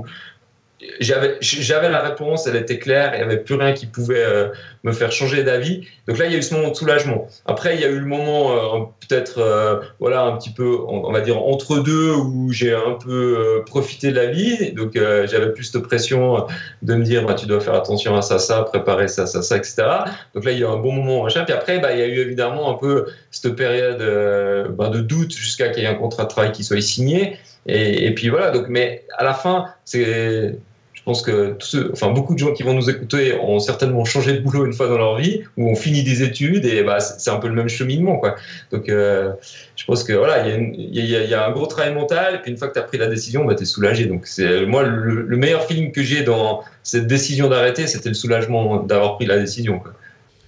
j'avais la réponse, elle était claire, il n'y avait plus rien qui pouvait me faire changer d'avis. Donc là, il y a eu ce moment de soulagement. Après, il y a eu le moment peut-être, voilà, un petit peu, on va dire, entre deux, où j'ai un peu profité de la vie. Donc j'avais plus de pression de me dire, bah, tu dois faire attention à ça, préparer ça, etc. Donc là, il y a eu un bon moment, machin. Puis après, bah, il y a eu évidemment un peu cette période de doute jusqu'à qu'il y ait un contrat de travail qui soit signé. Et puis voilà, donc, mais à la fin, je pense que beaucoup de gens qui vont nous écouter ont certainement changé de boulot une fois dans leur vie, ou ont fini des études, et bah, c'est un peu le même cheminement, quoi. Donc je pense que voilà, il y a un gros travail mental, et puis une fois que tu as pris la décision, bah, tu es soulagé. Donc moi, le meilleur feeling que j'ai dans cette décision d'arrêter, c'était le soulagement d'avoir pris la décision, quoi.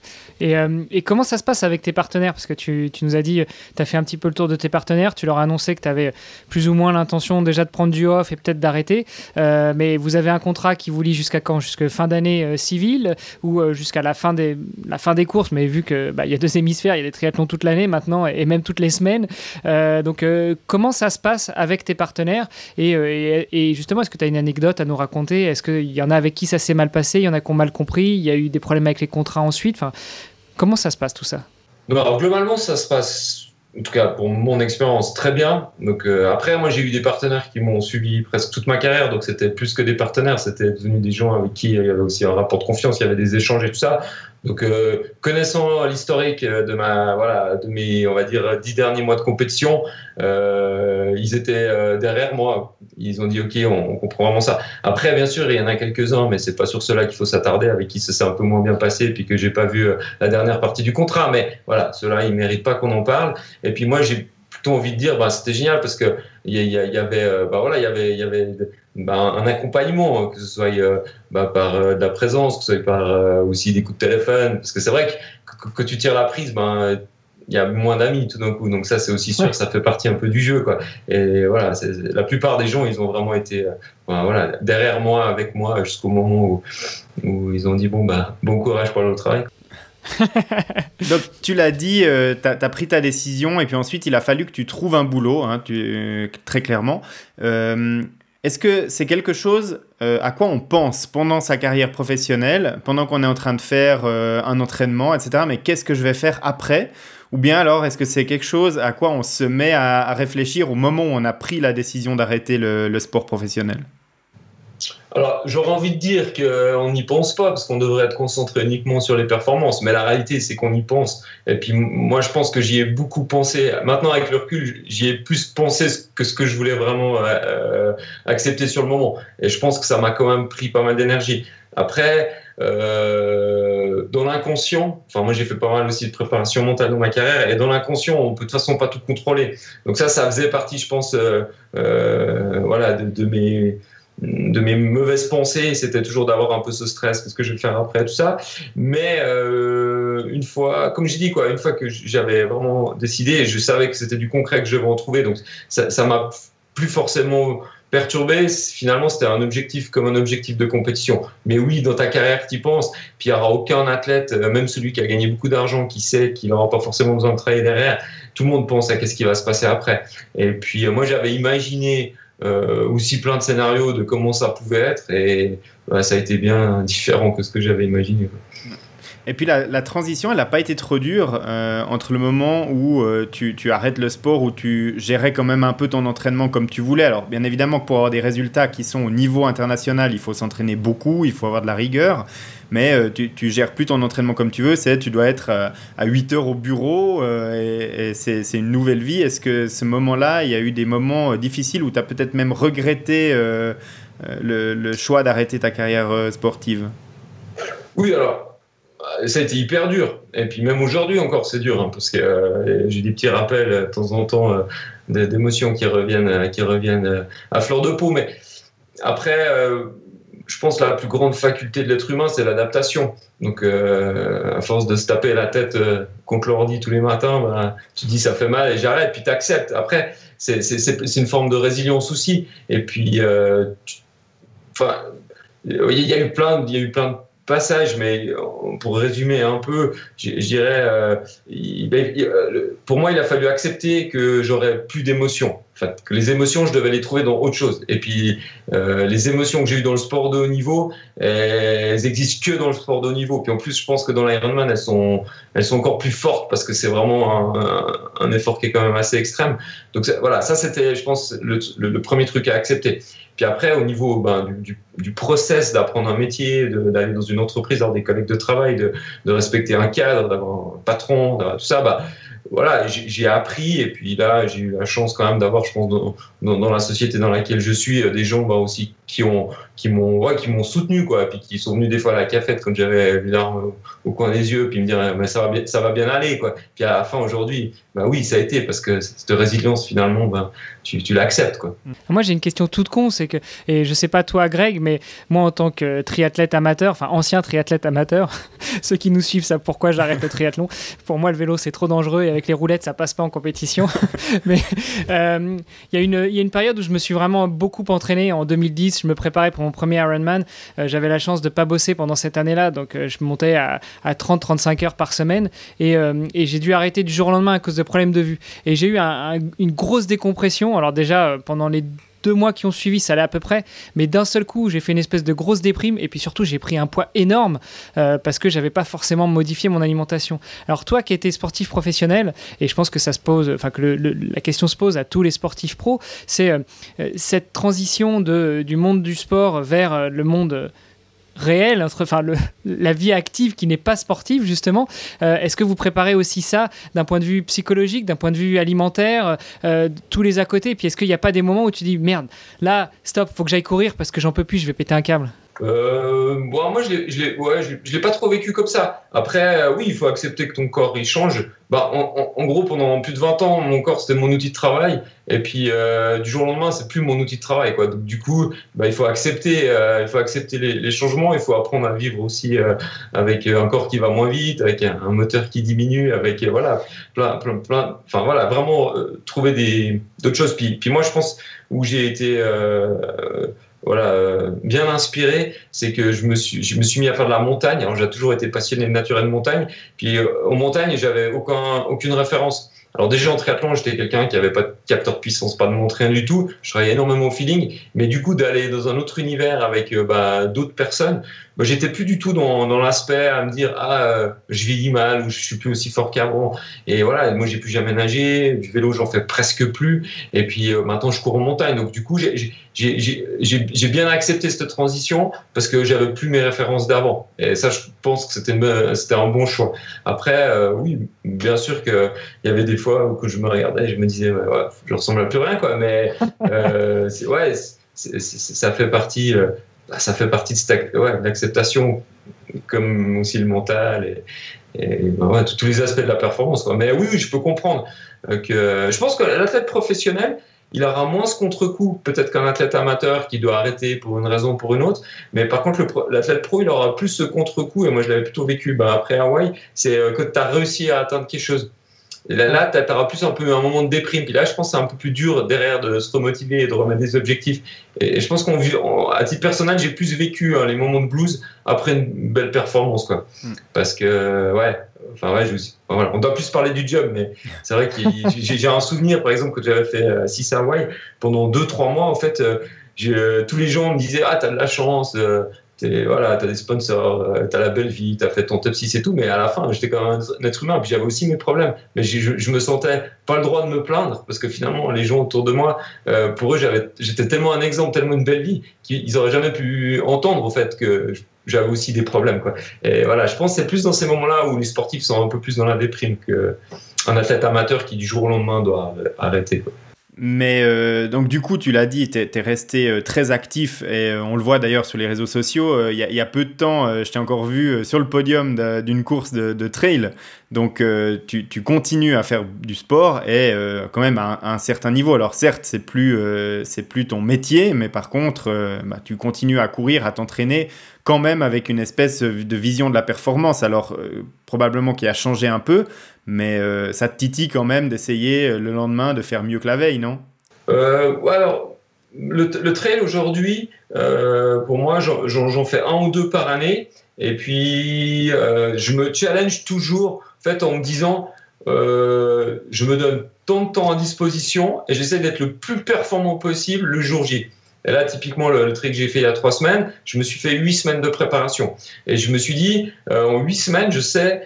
Et comment ça se passe avec tes partenaires? Parce que tu nous as dit, tu as fait un petit peu le tour de tes partenaires, tu leur as annoncé que tu avais plus ou moins l'intention déjà de prendre du off et peut-être d'arrêter. Mais vous avez un contrat qui vous lie jusqu'à quand? Jusqu'à fin d'année civile ou jusqu'à la fin des courses? Mais vu qu'il y a 2 hémisphères, il y a des triathlons toute l'année maintenant et même toutes les semaines. Donc comment ça se passe avec tes partenaires? Et justement, est-ce que tu as une anecdote à nous raconter? Est-ce qu'il y en a avec qui ça s'est mal passé? Il y en a qui ont mal compris? Il y a eu des problèmes avec les contrats ensuite? Enfin, comment ça se passe tout ça? Alors, globalement, ça se passe, en tout cas pour mon expérience, très bien. Donc après, moi j'ai eu des partenaires qui m'ont suivi presque toute ma carrière, donc c'était plus que des partenaires, c'était devenu des gens avec qui il y avait aussi un rapport de confiance, il y avait des échanges et tout ça. Donc connaissant l'historique de mes on va dire 10 derniers mois de compétition, ils étaient derrière moi. Ils ont dit ok, on comprend vraiment ça. Après bien sûr il y en a quelques-uns, mais c'est pas sur ceux-là qu'il faut s'attarder, avec qui ça s'est un peu moins bien passé, et puis que j'ai pas vu la dernière partie du contrat. Mais voilà, ceux-là ils méritent pas qu'on en parle. Et puis moi j'ai plutôt envie de dire, c'était génial parce que il y avait un accompagnement, que ce soit par de la présence, que ce soit par aussi des coups de téléphone, parce que c'est vrai que tu tires la prise, il y a moins d'amis tout d'un coup, donc ça c'est aussi sûr, ouais. Ça fait partie un peu du jeu, quoi. Et voilà, la plupart des gens, ils ont vraiment été derrière moi, avec moi, jusqu'au moment où ils ont dit bon courage pour le travail. Donc tu l'as dit, tu as pris ta décision et puis ensuite il a fallu que tu trouves un boulot, très clairement. Est-ce que c'est quelque chose à quoi on pense pendant sa carrière professionnelle, pendant qu'on est en train de faire un entraînement, etc. Mais qu'est-ce que je vais faire après? Ou bien alors, est-ce que c'est quelque chose à quoi on se met à réfléchir au moment où on a pris la décision d'arrêter le sport professionnel? Alors, j'aurais envie de dire qu'on n'y pense pas, parce qu'on devrait être concentré uniquement sur les performances. Mais la réalité, c'est qu'on y pense. Et puis, moi, je pense que j'y ai beaucoup pensé. Maintenant, avec le recul, j'y ai plus pensé que ce que je voulais vraiment accepter sur le moment. Et je pense que ça m'a quand même pris pas mal d'énergie. Après, dans l'inconscient, moi, j'ai fait pas mal aussi de préparation mentale dans ma carrière. Et dans l'inconscient, on peut de toute façon pas tout contrôler. Donc ça faisait partie, je pense, de mes mauvaises pensées, c'était toujours d'avoir un peu ce stress, qu'est-ce que je vais faire après, tout ça. Mais une fois, comme j'ai dit, une fois que j'avais vraiment décidé, et je savais que c'était du concret que je devais en trouver, donc ça m'a plus forcément perturbé. Finalement, c'était un objectif comme un objectif de compétition. Mais oui, dans ta carrière, tu y penses. Puis il n'y aura aucun athlète, même celui qui a gagné beaucoup d'argent, qui sait qu'il n'aura pas forcément besoin de travailler derrière. Tout le monde pense à qu'est-ce qui va se passer après. Et puis moi, j'avais imaginé aussi plein de scénarios de comment ça pouvait être, et ça a été bien différent que ce que j'avais imaginé. Et puis la transition, elle n'a pas été trop dure entre le moment où tu arrêtes le sport, où tu gérais quand même un peu ton entraînement comme tu voulais. Alors bien évidemment que pour avoir des résultats qui sont au niveau international, il faut s'entraîner beaucoup, il faut avoir de la rigueur, mais tu gères plus ton entraînement comme tu veux, tu dois être à 8 heures au bureau et c'est une nouvelle vie. Est-ce que ce moment-là, il y a eu des moments difficiles où tu as peut-être même regretté le choix d'arrêter ta carrière sportive? Oui, alors ça a été hyper dur. Et puis même aujourd'hui encore, c'est dur, hein, parce que j'ai des petits rappels de temps en temps d'émotions qui reviennent à fleur de peau. Mais après, je pense que la plus grande faculté de l'être humain, c'est l'adaptation. Donc, à force de se taper la tête contre l'ordi tous les matins, bah, tu te dis ça fait mal et j'arrête, puis tu acceptes. Après, c'est une forme de résilience aussi. Et puis, il y a eu plein de passages, mais pour résumer un peu, je dirais, pour moi, il a fallu accepter que j'aurais plus d'émotions. En fait, que les émotions, je devais les trouver dans autre chose. Et puis, les émotions que j'ai eues dans le sport de haut niveau, elles existent que dans le sport de haut niveau. Puis en plus, je pense que dans l'Ironman, elles sont encore plus fortes parce que c'est vraiment un effort qui est quand même assez extrême. Donc voilà, ça c'était, je pense, le premier truc à accepter. Puis après, au niveau du process d'apprendre un métier, d'aller dans une entreprise, d'avoir des collègues de travail, de respecter un cadre, d'avoir un patron, tout ça, voilà, j'ai appris. Et puis là, j'ai eu la chance quand même d'avoir, je pense, dans la société dans laquelle je suis, des gens aussi qui m'ont soutenu, quoi, et puis qui sont venus des fois à la cafette quand j'avais les larmes au coin des yeux, puis me dire mais ça va bien aller, quoi. Puis à la fin aujourd'hui, oui, ça a été, parce que cette résilience finalement, tu l'acceptes, quoi. Moi j'ai une question toute con, c'est que, et je sais pas toi Greg, mais moi en tant que triathlète amateur, enfin ancien triathlète amateur, ceux qui nous suivent savent pourquoi j'arrête le triathlon. Pour moi le vélo c'est trop dangereux et avec les roulettes ça passe pas en compétition. Mais il y a une période où je me suis vraiment beaucoup entraîné. En 2010, je me préparais pour mon premier Ironman. J'avais la chance de pas bosser pendant cette année-là, donc je montais à 30-35 heures par semaine et j'ai dû arrêter du jour au lendemain à cause de problèmes de vue. Et j'ai eu une grosse décompression. Alors déjà, pendant les 2 mois qui ont suivi, ça allait à peu près, mais d'un seul coup, j'ai fait une espèce de grosse déprime et puis surtout, j'ai pris un poids énorme parce que j'avais pas forcément modifié mon alimentation. Alors toi qui étais sportif professionnel, et je pense que ça se pose, enfin que la question se pose à tous les sportifs pros, c'est cette transition du monde du sport vers le monde réel, la vie active qui n'est pas sportive justement. Est-ce que vous préparez aussi ça d'un point de vue psychologique, d'un point de vue alimentaire, tous les à côté? Et puis est-ce qu'il n'y a pas des moments où tu dis merde, là stop, faut que j'aille courir parce que j'en peux plus, je vais péter un câble? Moi je l'ai pas trop vécu comme ça. Après oui, il faut accepter que ton corps il change. En gros, pendant plus de 20 ans, mon corps c'était mon outil de travail, et puis du jour au lendemain c'est plus mon outil de travail, quoi. Donc du coup il faut accepter les changements. Il faut apprendre à vivre aussi avec un corps qui va moins vite, avec un moteur qui diminue, avec vraiment trouver d'autres choses. Puis moi je pense où j'ai été bien inspiré, c'est que je me suis mis à faire de la montagne. Alors j'ai toujours été passionné de nature et de montagne, puis aux montagnes j'avais aucune référence. Alors déjà en triathlon, j'étais quelqu'un qui avait pas de capteur de puissance, pas de montre, rien du tout. Je travaillais énormément au feeling, mais du coup d'aller dans un autre univers avec d'autres personnes, j'étais plus du tout dans l'aspect à me dire je vieillis mal ou je suis plus aussi fort qu'avant. Et voilà, moi j'ai plus jamais nagé, du vélo j'en fais presque plus. Et puis maintenant je cours en montagne. Donc du coup j'ai bien accepté cette transition parce que j'avais plus mes références d'avant. Et ça, je pense que c'était un bon choix. Après, oui, bien sûr qu'il y avait des fois où je me regardais et je me disais je ressemble à plus rien, quoi. Mais ça fait partie. Ça fait partie de l'acceptation, comme aussi le mental et tous les aspects de la performance, quoi. Mais oui, je peux comprendre que je pense que l'athlète professionnel, il aura moins ce contre-coup peut-être qu'un athlète amateur qui doit arrêter pour une raison ou pour une autre. Mais par contre, l'athlète pro, il aura plus ce contre-coup, et moi je l'avais plutôt vécu après Hawaï, c'est que tu as réussi à atteindre quelque chose. Et là tu auras plus un peu un moment de déprime. Puis là, je pense que c'est un peu plus dur derrière de se remotiver et de remettre des objectifs. Et je pense qu'à titre personnel, j'ai plus vécu les moments de blues après une belle performance, quoi. Parce que, on doit plus parler du job, mais c'est vrai que j'ai un souvenir, par exemple, que j'avais fait 6 à Hawaï. Pendant 2-3 mois, en fait, tous les gens me disaient t'as de la chance, voilà, t'as des sponsors, t'as la belle vie, t'as fait ton top 6 et tout, mais à la fin, j'étais quand même un être humain, puis j'avais aussi mes problèmes. Mais je me sentais pas le droit de me plaindre, parce que finalement, les gens autour de moi, pour eux, j'étais tellement un exemple, tellement une belle vie, qu'ils auraient jamais pu entendre, au fait, que j'avais aussi des problèmes, quoi. Et voilà, je pense que c'est plus dans ces moments-là où les sportifs sont un peu plus dans la déprime qu'un athlète amateur qui, du jour au lendemain, doit arrêter, quoi. Mais donc du coup, tu l'as dit, t'es resté très actif et on le voit d'ailleurs sur les réseaux sociaux. Il y a peu de temps, je t'ai encore vu sur le podium d'une course de trail. Donc tu continues à faire du sport et quand même à un certain niveau. Alors certes, c'est plus ton métier, mais par contre, tu continues à courir, à t'entraîner quand même avec une espèce de vision de la performance. Alors probablement qui a changé un peu, mais ça te titille quand même d'essayer le lendemain de faire mieux que la veille, non ? Ouais, alors, le trail aujourd'hui, pour moi, j'en fais 1 ou 2 par année. Et puis, je me challenge toujours en fait, en me disant, je me donne tant de temps à disposition et j'essaie d'être le plus performant possible le jour J. Et là, typiquement, le trail que j'ai fait il y a 3 semaines, je me suis fait 8 semaines de préparation. Et je me suis dit, en 8 semaines, je sais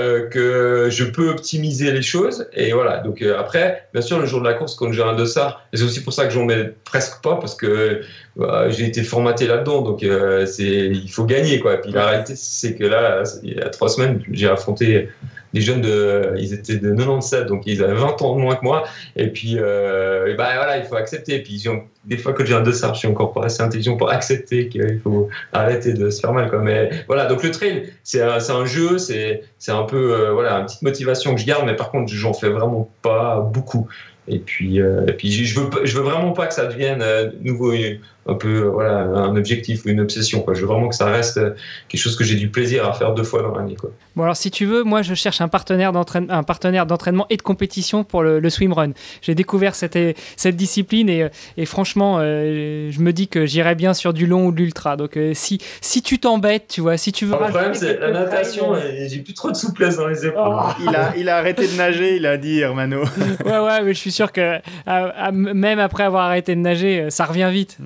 que je peux optimiser les choses. Et voilà. Donc après, bien sûr, le jour de la course, quand j'ai un dossard, et c'est aussi pour ça que j'en mets presque pas, parce que j'ai été formaté là-dedans. Donc il faut gagner, quoi. Et puis la réalité, c'est que là, il y a 3 semaines, j'ai affronté des jeunes ils étaient de 97, donc ils avaient 20 ans de moins que moi. Et puis, voilà, il faut accepter. Et puis, des fois, quand j'ai un dossard, je suis encore pas assez intelligent pour accepter qu'il faut arrêter de se faire mal, quoi. Mais voilà, donc le trail, c'est un jeu, c'est un peu, voilà, une petite motivation que je garde, mais par contre, j'en fais vraiment pas beaucoup. Et puis je veux vraiment pas que ça devienne nouveau un peu voilà un objectif ou une obsession, quoi. Je veux vraiment que ça reste quelque chose que j'ai du plaisir à faire 2 fois dans l'année, quoi. Bon, alors si tu veux, moi je cherche un partenaire d'entraînement et de compétition pour le swimrun. J'ai découvert cette discipline et franchement je me dis que j'irais bien sur du long ou de l'ultra. Donc si tu t'embêtes, tu vois, si tu veux. Le problème c'est la natation, j'ai plus trop de souplesse dans les épaules. Oh. Il a arrêté de nager, il a dit, Hermano. Ouais, mais je suis sûr que même après avoir arrêté de nager, ça revient vite.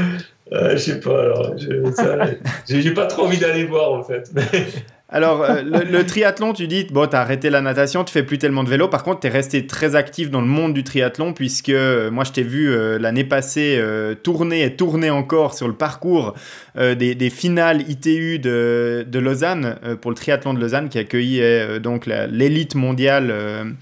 Je sais pas, alors j'ai pas trop envie d'aller voir en fait. Alors, le triathlon, tu dis, bon, t'as arrêté la natation, tu fais plus tellement de vélo. Par contre, t'es resté très actif dans le monde du triathlon, puisque moi, je t'ai vu l'année passée tourner encore sur le parcours des finales ITU de Lausanne, pour le triathlon de Lausanne, qui accueillait donc l'élite mondiale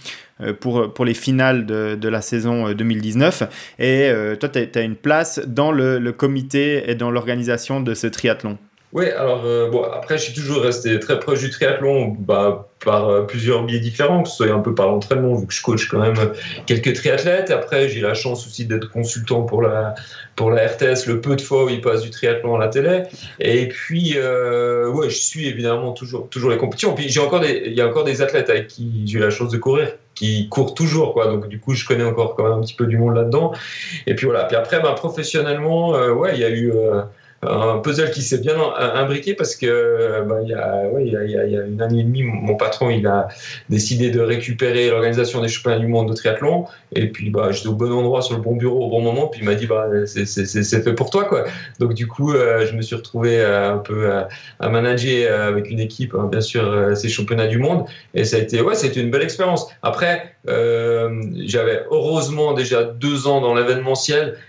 pour les finales de la saison 2019. Et toi, tu as une place dans le comité et dans l'organisation de ce triathlon. Oui, alors après, je suis toujours resté très proche du triathlon par plusieurs biais différents, que ce soit un peu par l'entraînement, vu que je coach quand même quelques triathlètes. Après, j'ai la chance aussi d'être consultant pour la RTS, le peu de fois où il passe du triathlon à la télé. Et puis, je suis évidemment toujours les compétitions. Puis, il y a encore des athlètes avec qui j'ai eu la chance de courir, qui courent toujours, quoi. Donc, du coup, je connais encore quand même un petit peu du monde là-dedans. Et puis, voilà. Puis après, professionnellement, il y a eu un puzzle qui s'est bien imbriqué parce que il y a 1 année et demi, mon patron il a décidé de récupérer l'organisation des championnats du monde de triathlon, et puis j'étais au bon endroit sur le bon bureau au bon moment, puis il m'a dit c'est fait pour toi, quoi. Donc du coup je me suis retrouvé un peu à manager avec une équipe, hein, bien sûr, ces championnats du monde, et c'était une belle expérience. Après j'avais heureusement déjà 2 ans dans l'événementiel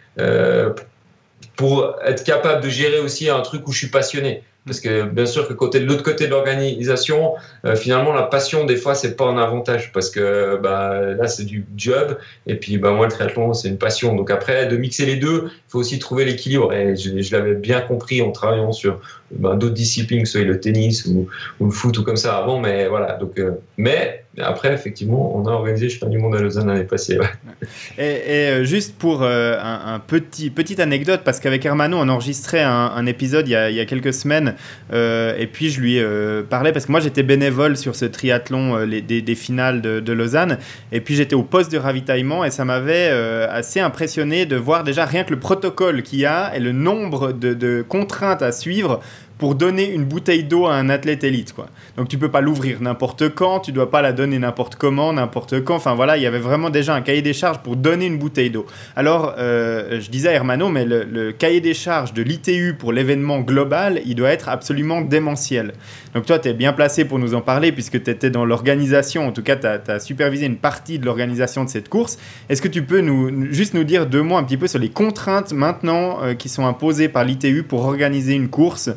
pour être capable de gérer aussi un truc où je suis passionné. Parce que bien sûr que de l'autre côté de l'organisation, finalement la passion des fois c'est pas un avantage, parce que là c'est du job, et puis moi le triathlon c'est une passion. Donc après, de mixer les deux, il faut aussi trouver l'équilibre, et je l'avais bien compris en travaillant sur d'autres disciplines, que ce soit le tennis ou le foot ou comme ça avant, mais voilà. Donc mais après effectivement on a organisé le championnat du monde à Lausanne l'année passée. Ouais. Et juste pour un petite anecdote, parce qu'avec Hermano on enregistrait un épisode il y a quelques semaines, et puis je lui parlais, parce que moi j'étais bénévole sur ce triathlon des finales de Lausanne, et puis j'étais au poste de ravitaillement, et ça m'avait assez impressionné de voir déjà rien que le protocole qu'il y a et le nombre de contraintes à suivre pour donner une bouteille d'eau à un athlète élite, quoi. Donc tu peux pas l'ouvrir n'importe quand, tu dois pas la donner n'importe comment, n'importe quand. Enfin voilà, il y avait vraiment déjà un cahier des charges pour donner une bouteille d'eau. Alors, je disais à Hermano, mais le cahier des charges de l'ITU pour l'événement global, il doit être absolument démentiel. Donc toi, tu es bien placé pour nous en parler puisque tu étais dans l'organisation, en tout cas, tu as supervisé une partie de l'organisation de cette course. Est-ce que tu peux juste nous dire 2 mots un petit peu sur les contraintes maintenant qui sont imposées par l'ITU pour organiser une course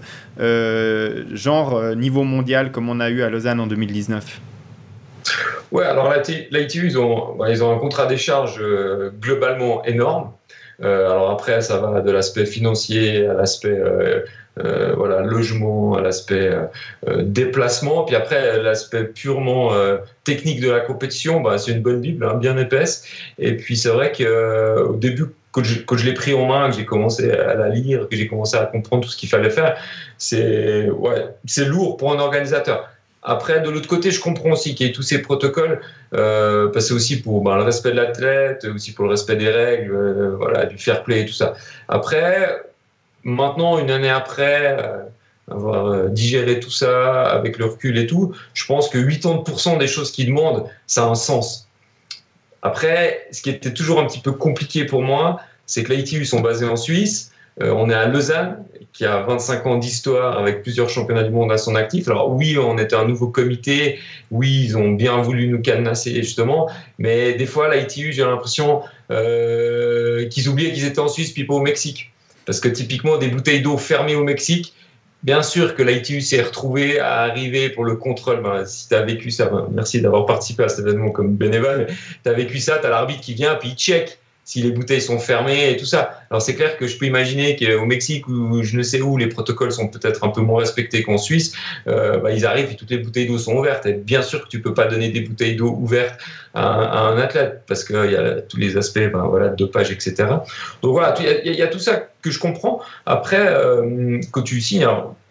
niveau mondial comme on a eu à Lausanne en 2019? Ouais, alors l'ITU, ils ont un contrat des charges globalement énorme. Alors après, ça va de l'aspect financier à l'aspect logement, à l'aspect déplacement. Puis après, l'aspect purement technique de la compétition, c'est une bonne bible, hein, bien épaisse. Et puis c'est vrai qu'au début, quand je l'ai pris en main, que j'ai commencé à la lire, que j'ai commencé à comprendre tout ce qu'il fallait faire, c'est lourd pour un organisateur. Après, de l'autre côté, je comprends aussi qu'il y ait tous ces protocoles, parce que c'est aussi pour le respect de l'athlète, aussi pour le respect des règles, du fair play et tout ça. Après, maintenant, une année après, avoir digéré tout ça avec le recul et tout, je pense que 80% des choses qu'ils demandent, ça a un sens. Après, ce qui était toujours un petit peu compliqué pour moi, c'est que l'ITU sont basés en Suisse. On est à Lausanne, qui a 25 ans d'histoire avec plusieurs championnats du monde à son actif. Alors oui, on était un nouveau comité, oui, ils ont bien voulu nous cadenasser justement, mais des fois, l'ITU, j'ai l'impression qu'ils oubliaient qu'ils étaient en Suisse puis pas au Mexique. Parce que typiquement, des bouteilles d'eau fermées au Mexique, bien sûr que l'ITU s'est retrouvé à arriver pour le contrôle. Si tu as vécu ça, merci d'avoir participé à cet événement comme bénévole, mais tu as vécu ça, tu as l'arbitre qui vient puis il check si les bouteilles sont fermées et tout ça. Alors c'est clair que je peux imaginer qu'au Mexique ou je ne sais où, les protocoles sont peut-être un peu moins respectés qu'en Suisse, ils arrivent et toutes les bouteilles d'eau sont ouvertes. Et bien sûr que tu peux pas donner des bouteilles d'eau ouvertes à un athlète parce qu'il y a tous les aspects de dopage, etc. Donc voilà, il y a tout ça que je comprends. Après, quand tu signes,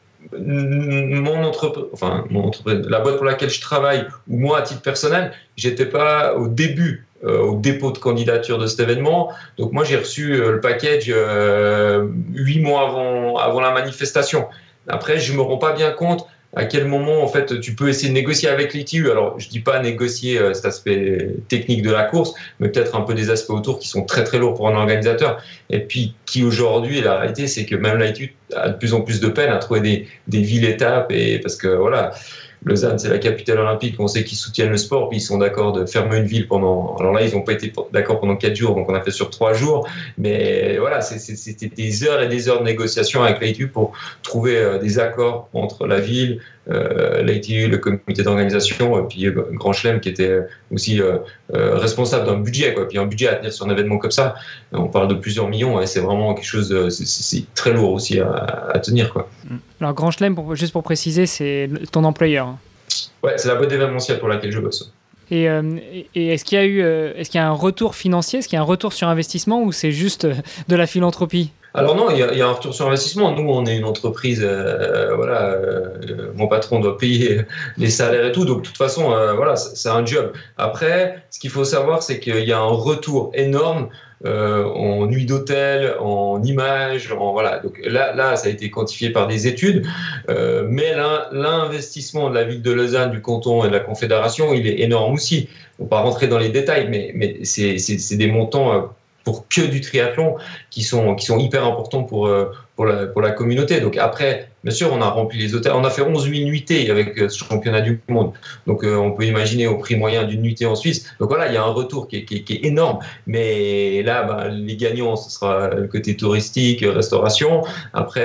mon entreprise, la boîte pour laquelle je travaille, ou moi à titre personnel, j'étais pas au début au dépôt de candidature de cet événement. Donc moi j'ai reçu le package 8 mois avant la manifestation. Après je me rends pas bien compte à quel moment en fait tu peux essayer de négocier avec l'ITU. Alors je dis pas négocier cet aspect technique de la course, mais peut-être un peu des aspects autour qui sont très très lourds pour un organisateur. Et puis qui aujourd'hui, la réalité c'est que même l'ITU a de plus en plus de peine à trouver des villes-étapes, et parce que voilà, Lausanne, c'est la capitale olympique, on sait qu'ils soutiennent le sport, puis ils sont d'accord de fermer une ville pendant... Alors là, ils n'ont pas été d'accord pendant 4 jours, donc on a fait sur 3 jours. Mais voilà, c'était des heures et des heures de négociation avec l'ITU pour trouver des accords entre la ville, l'ITU, le comité d'organisation, puis Grand Chelem qui était aussi responsable d'un budget, quoi. Puis un budget à tenir sur un événement comme ça, on parle de plusieurs millions, et c'est vraiment quelque chose, c'est très lourd aussi à tenir, quoi. Alors Grand Chelem, juste pour préciser, c'est ton employeur. Ouais, c'est la boîte d'événementiel pour laquelle je bosse. Et est-ce qu'il y a un retour financier, est-ce qu'il y a un retour sur investissement, ou c'est juste de la philanthropie? Alors non, il y a un retour sur investissement. Nous, on est une entreprise, mon patron doit payer les salaires et tout, donc de toute façon, c'est un job. Après, ce qu'il faut savoir, c'est qu'il y a un retour énorme en nuit d'hôtel, en images, donc là, ça a été quantifié par des études, mais l'investissement de la ville de Lausanne, du canton et de la confédération, il est énorme aussi. On ne va pas rentrer dans les détails, mais c'est des montants pour que du triathlon qui sont hyper importants pour la communauté. Donc après, bien sûr, on a rempli les hôtels. On a fait 11 000 nuitées avec ce championnat du monde. Donc on peut imaginer au prix moyen d'une nuitée en Suisse. Donc voilà, il y a un retour qui est énorme. Mais là, les gagnants, ce sera le côté touristique, restauration. Après,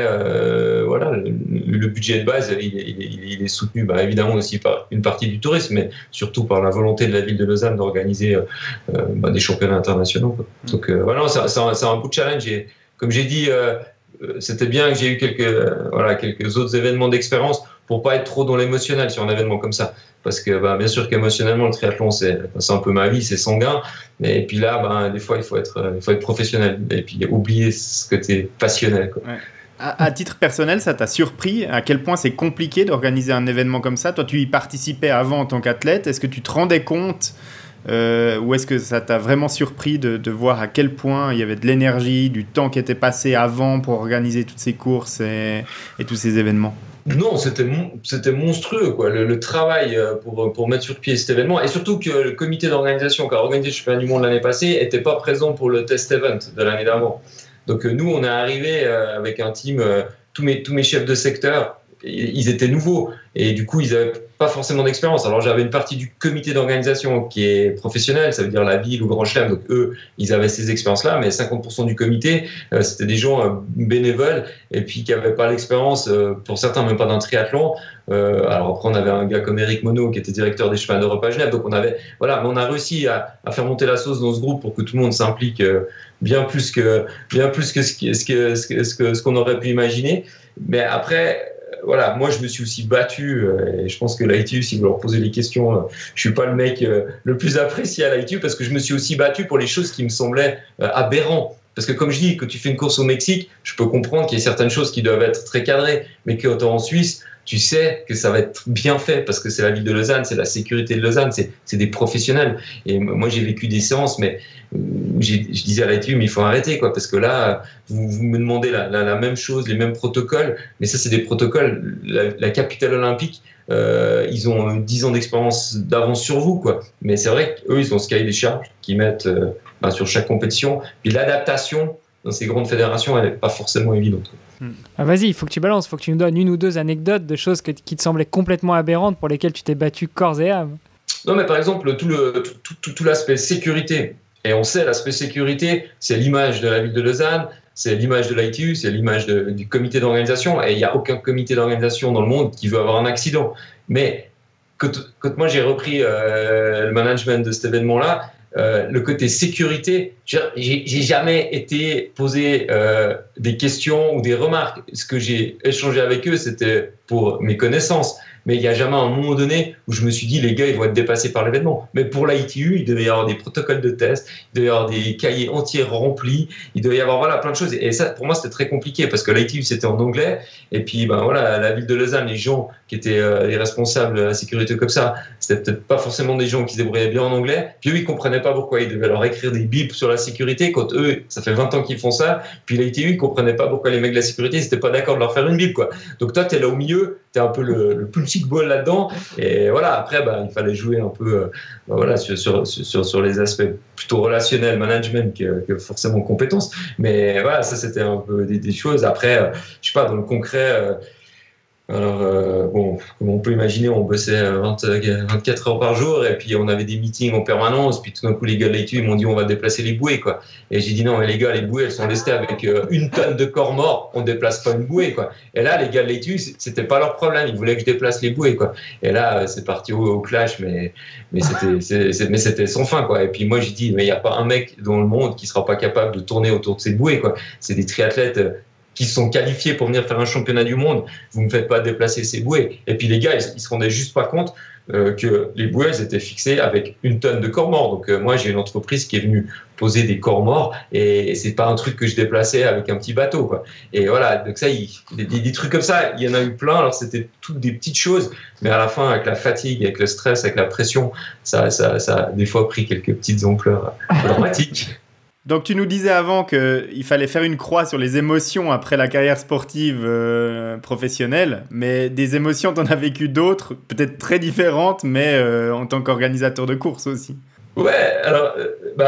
le budget de base, il est soutenu évidemment aussi par une partie du tourisme, mais surtout par la volonté de la ville de Lausanne d'organiser des championnats internationaux, quoi. Donc c'est un beau challenge. Et comme j'ai dit, c'était bien que j'ai eu quelques autres événements d'expérience pour pas être trop dans l'émotionnel sur un événement comme ça, parce que bien sûr qu'émotionnellement le triathlon c'est un peu ma vie, c'est sanguin, et puis là des fois il faut être professionnel et puis oublier ce côté passionnel, quoi. Ouais. À titre personnel, ça t'a surpris à quel point c'est compliqué d'organiser un événement comme ça? Toi, tu y participais avant en tant qu'athlète. Est-ce que tu te rendais compte ou est-ce que ça t'a vraiment surpris de voir à quel point il y avait de l'énergie, du temps qui était passé avant pour organiser toutes ces courses et tous ces événements? Non, c'était monstrueux, quoi. Le travail pour mettre sur pied cet événement, et surtout que le comité d'organisation qui a organisé le championnat du monde l'année passée n'était pas présent pour le test event de l'année d'avant. Donc nous, on est arrivé avec un team, tous mes chefs de secteur, ils étaient nouveaux et du coup, ils n'avaient pas forcément d'expérience. Alors j'avais une partie du comité d'organisation qui est professionnel, ça veut dire la ville ou Grand Chelem, donc eux, ils avaient ces expériences-là, mais 50% du comité, c'était des gens bénévoles et puis qui n'avaient pas l'expérience, pour certains même pas d'un triathlon. Alors après, on avait un gars comme Eric Monod qui était directeur des chemins d'Europe à Genève, donc on a réussi à faire monter la sauce dans ce groupe pour que tout le monde s'implique bien plus que ce qu'on aurait pu imaginer. Mais après, voilà, moi je me suis aussi battu, et je pense que l'ITU, si vous leur posez les questions, je suis pas le mec le plus apprécié à l'ITU parce que je me suis aussi battu pour les choses qui me semblaient aberrantes. Parce que comme je dis, quand tu fais une course au Mexique, je peux comprendre qu'il y a certaines choses qui doivent être très cadrées, mais quand tu es en Suisse, tu sais que ça va être bien fait parce que c'est la ville de Lausanne, c'est la sécurité de Lausanne, c'est des professionnels. Et moi, j'ai vécu des séances, mais je disais à l'ITU, mais il faut arrêter, quoi, parce que là, vous me demandez la même chose, les mêmes protocoles, mais ça, c'est des protocoles. La capitale olympique, ils ont 10 ans d'expérience d'avance sur vous, quoi. Mais c'est vrai qu'eux, ils ont ce cahier des charges qu'ils mettent sur chaque compétition. Puis l'adaptation dans ces grandes fédérations, elle n'est pas forcément évidente. Vas-y, il faut que tu balances, il faut que tu nous donnes une ou deux anecdotes de choses qui te semblaient complètement aberrantes pour lesquelles tu t'es battu corps et âme. Non, mais par exemple, tout l'aspect sécurité. Et on sait, l'aspect sécurité, c'est l'image de la ville de Lausanne, c'est l'image de l'ITU, c'est l'image du comité d'organisation. Et il n'y a aucun comité d'organisation dans le monde qui veut avoir un accident. Mais quand moi j'ai repris le management de cet événement-là, le côté sécurité, j'ai jamais été posé des questions ou des remarques. Ce que j'ai échangé avec eux, c'était pour mes connaissances. Mais il n'y a jamais un moment donné où je me suis dit, les gars, ils vont être dépassés par l'événement. Mais pour l'ITU, il devait y avoir des protocoles de test, il devait y avoir des cahiers entiers remplis, il devait y avoir plein de choses. Et ça, pour moi, c'était très compliqué parce que l'ITU, c'était en anglais. Et puis, la ville de Lausanne, les gens qui étaient les responsables de la sécurité comme ça, c'était peut-être pas forcément des gens qui se débrouillaient bien en anglais. Puis eux, ils comprenaient pas pourquoi ils devaient leur écrire des bips sur la sécurité quand eux, ça fait 20 ans qu'ils font ça. Puis l'ITU, ils comprenaient pas pourquoi les mecs de la sécurité, ils n'étaient pas d'accord de leur faire une bip, quoi. Donc toi, t'es là au milieu, t'es un peu le punching ball là-dedans. Et voilà, après, il fallait jouer un peu sur les aspects plutôt relationnels, management, que forcément compétences. Mais voilà, ça, c'était un peu des choses. Après, je sais pas, dans le concret... comme on peut imaginer, on bossait 24 heures par jour et puis on avait des meetings en permanence. Puis tout d'un coup, les gars de l'ITU m'ont dit on va déplacer les bouées, quoi. Et j'ai dit non, mais les gars, les bouées elles sont lestées avec 1 tonne de corps mort. On déplace pas une bouée, quoi. Et là, les gars de l'ITU, c'était pas leur problème. Ils voulaient que je déplace les bouées, quoi. Et là, c'est parti au clash, mais c'était sans fin, quoi. Et puis moi, j'ai dit mais il y a pas un mec dans le monde qui sera pas capable de tourner autour de ces bouées, quoi. C'est des triathlètes qui sont qualifiés pour venir faire un championnat du monde, vous ne me faites pas déplacer ces bouées. Et puis les gars, ils se rendaient juste pas compte que les bouées, elles étaient fixées avec 1 tonne de corps morts. Donc moi, j'ai une entreprise qui est venue poser des corps morts et c'est pas un truc que je déplaçais avec un petit bateau, quoi. Et voilà, donc ça, des trucs comme ça, il y en a eu plein. Alors c'était toutes des petites choses, mais à la fin, avec la fatigue, avec le stress, avec la pression, ça a des fois pris quelques petites ampleurs dramatiques. Donc tu nous disais avant qu'il fallait faire une croix sur les émotions après la carrière sportive professionnelle, mais des émotions, tu en as vécu d'autres, peut-être très différentes, mais en tant qu'organisateur de course aussi. Ouais, alors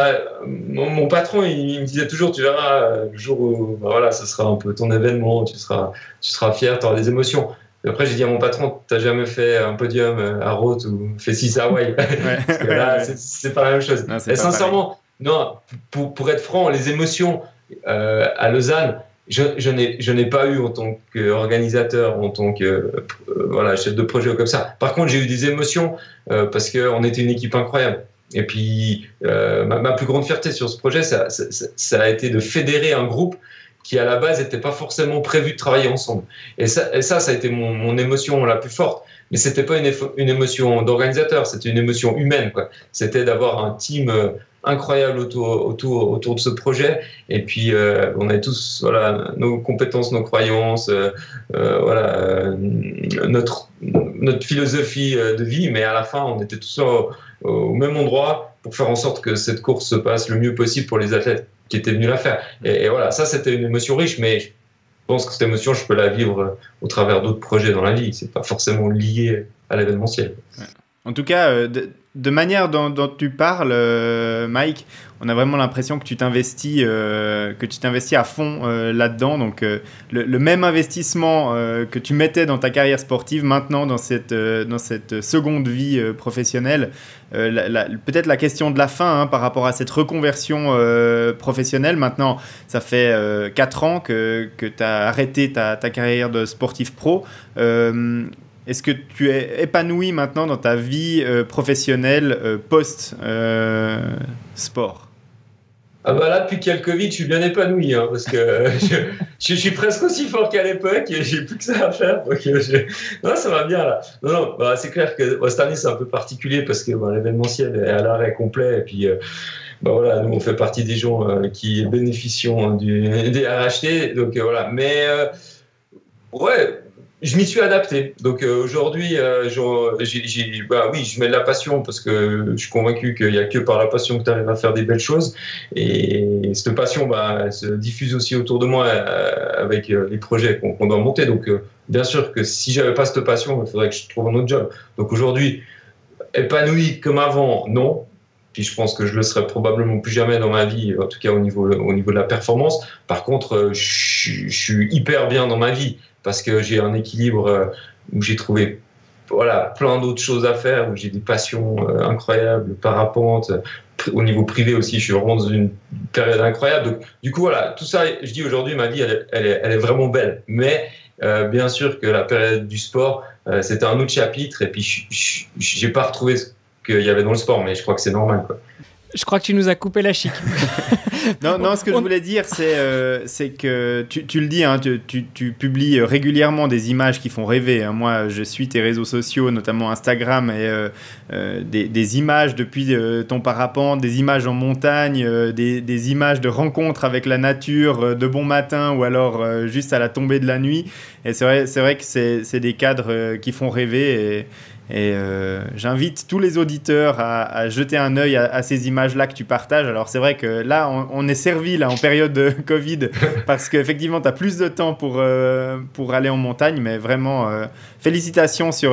mon patron, il me disait toujours, tu verras, le jour où ça sera un peu ton événement, tu seras fier, tu auras des émotions. Et après, j'ai dit à mon patron, t'as jamais fait un podium à Roth ou fait 6 à Hawaï. Parce que là, c'est pas la même chose. Non, et sincèrement, non, pour être franc, les émotions à Lausanne, je n'ai pas eu en tant qu'organisateur, en tant que chef de projet ou comme ça. Par contre, j'ai eu des émotions parce qu'on était une équipe incroyable. Et puis, ma plus grande fierté sur ce projet, ça a été de fédérer un groupe qui, à la base, n'était pas forcément prévu de travailler ensemble. Et ça a été mon émotion la plus forte. Mais c'était pas une émotion d'organisateur, c'était une émotion humaine, quoi. C'était d'avoir un team incroyable autour de ce projet. Et puis, on avait tous nos compétences, nos croyances, notre philosophie de vie. Mais à la fin, on était tous au même endroit pour faire en sorte que cette course se passe le mieux possible pour les athlètes qui étaient venus la faire. Et voilà, ça c'était une émotion riche, mais je pense que cette émotion, je peux la vivre au travers d'autres projets dans la vie. C'est pas forcément lié à l'événementiel. Ouais. En tout cas, de manière dont tu parles, Mike, on a vraiment l'impression que tu t'investis à fond là-dedans. Donc, le même investissement que tu mettais dans ta carrière sportive, maintenant dans cette seconde vie professionnelle. Peut-être la question de la fin par rapport à cette reconversion professionnelle. Maintenant, ça fait 4 ans que tu as arrêté ta carrière de sportif pro. Est-ce que tu es épanoui maintenant dans ta vie professionnelle post-sport ? Ah bah là, depuis qu'il y a le Covid, je suis bien épanoui, parce que je suis presque aussi fort qu'à l'époque et j'ai plus que ça à faire. Donc non, ça va bien là. Non, c'est clair que cette année, c'est un peu particulier parce que l'événementiel est à l'arrêt complet et puis voilà, nous, on fait partie des gens qui bénéficient des RHT. Donc voilà, mais ouais. Je m'y suis adapté. Donc aujourd'hui, je mets de la passion parce que je suis convaincu qu'il n'y a que par la passion que tu arrives à faire des belles choses. Et cette passion, elle se diffuse aussi autour de moi avec les projets qu'on doit monter. Donc bien sûr que si j'avais pas cette passion, il faudrait que je trouve un autre job. Donc aujourd'hui, épanoui comme avant, non. Puis je pense que je le serai probablement plus jamais dans ma vie, en tout cas au niveau de la performance. Par contre, je suis hyper bien dans ma vie. Parce que j'ai un équilibre où j'ai trouvé plein d'autres choses à faire, où j'ai des passions incroyables, parapente, au niveau privé aussi, je suis vraiment dans une période incroyable. Donc, du coup, voilà, tout ça, je dis aujourd'hui, ma vie, elle est vraiment belle. Mais bien sûr que la période du sport, c'était un autre chapitre, et puis j'ai pas retrouvé ce qu'il y avait dans le sport, mais je crois que c'est normal, quoi. Je crois que tu nous as coupé la chic. non, ce que je voulais dire, c'est que tu le dis, tu publies régulièrement des images qui font rêver. Moi, je suis tes réseaux sociaux, notamment Instagram, et des images depuis ton parapente, des images en montagne, des images de rencontres avec la nature, de bon matin ou alors juste à la tombée de la nuit. Et c'est vrai que c'est des cadres qui font rêver. Et j'invite tous les auditeurs à jeter un œil à ces images-là que tu partages. Alors c'est vrai que là, on est servi là, en période de Covid parce qu'effectivement, tu as plus de temps pour aller en montagne. Mais vraiment, félicitations sur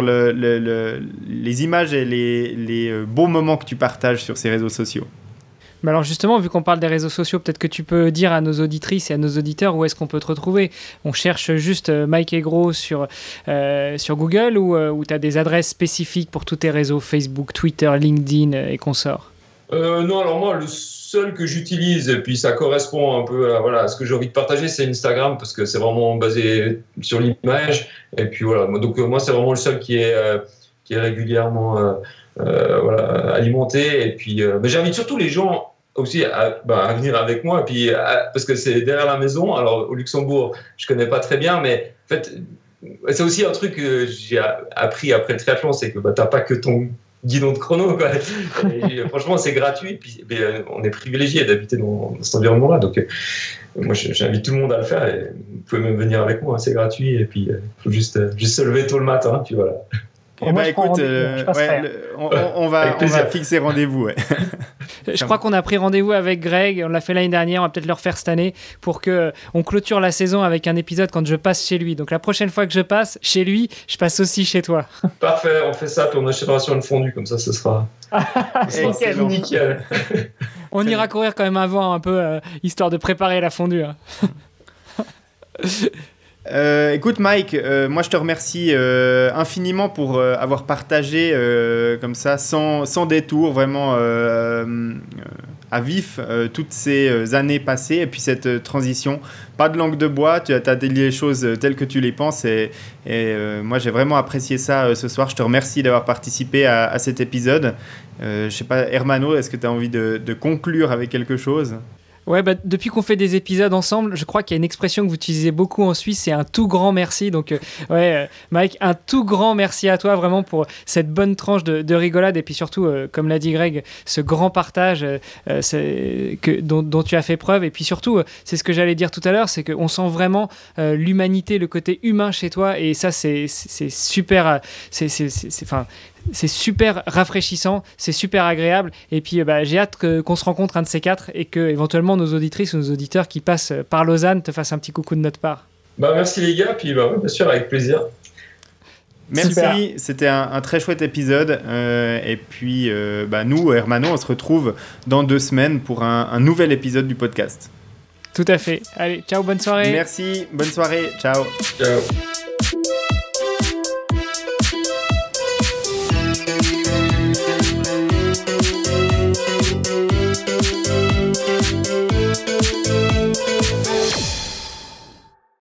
les images et les beaux moments que tu partages sur ces réseaux sociaux. Mais alors justement, vu qu'on parle des réseaux sociaux, peut-être que tu peux dire à nos auditrices et à nos auditeurs où est-ce qu'on peut te retrouver. On cherche juste Mike Aigreau sur Google ou tu as des adresses spécifiques pour tous tes réseaux, Facebook, Twitter, LinkedIn et consorts? Non, alors moi, le seul que j'utilise, et puis ça correspond un peu à ce que j'ai envie de partager, c'est Instagram, parce que c'est vraiment basé sur l'image. Et puis voilà, donc moi, c'est vraiment le seul qui est régulièrement alimenté. Et puis, mais j'invite surtout les gens aussi à venir avec moi, et puis parce que c'est derrière la maison. Alors au Luxembourg, je connais pas très bien, mais en fait, c'est aussi un truc que j'ai appris après le triathlon, c'est que t'as pas que ton guidon de chrono, quoi. Et, franchement, c'est gratuit. Puis, on est privilégié d'habiter dans cet environnement-là. Donc, moi, j'invite tout le monde à le faire. Et vous pouvez même venir avec moi, c'est gratuit. Et puis, il faut juste se lever tôt le matin. Puis voilà. Écoute, on va fixer rendez-vous. Ouais. Je crois qu'on a pris rendez-vous avec Greg, on l'a fait l'année dernière, on va peut-être le refaire cette année pour qu'on clôture la saison avec un épisode quand je passe chez lui. Donc la prochaine fois que je passe chez lui, je passe aussi chez toi. Parfait, on fait ça, puis on achètera sur une fondue, comme ça ce sera nickel. On ira courir quand même avant un peu, histoire de préparer la fondue. Hein. Écoute Mike, moi je te remercie infiniment pour avoir partagé comme ça sans détour vraiment à vif toutes ces années passées et puis cette transition, pas de langue de bois, tu as dit les choses telles que tu les penses et moi j'ai vraiment apprécié ça ce soir. Je te remercie d'avoir participé à cet épisode. Je sais pas, Hermano, est-ce que tu as envie de conclure avec quelque chose ? Ouais, depuis qu'on fait des épisodes ensemble, je crois qu'il y a une expression que vous utilisez beaucoup en Suisse, c'est un tout grand merci. Donc, Mike, un tout grand merci à toi vraiment pour cette bonne tranche de rigolade et puis surtout, comme l'a dit Greg, ce grand partage dont tu as fait preuve. Et puis surtout, c'est ce que j'allais dire tout à l'heure, c'est qu'on sent vraiment l'humanité, le côté humain chez toi et ça, c'est super. c'est super rafraîchissant, c'est super agréable. Et puis, j'ai hâte qu'on se rencontre un de ces quatre et que éventuellement nos auditrices ou nos auditeurs qui passent par Lausanne te fassent un petit coucou de notre part. Merci les gars, puis bien sûr, avec plaisir. Merci, Super. C'était un très chouette épisode. Et puis, nous, Hermano, on se retrouve dans 2 semaines pour un nouvel épisode du podcast. Tout à fait. Allez, ciao, bonne soirée. Merci, bonne soirée, ciao. Ciao.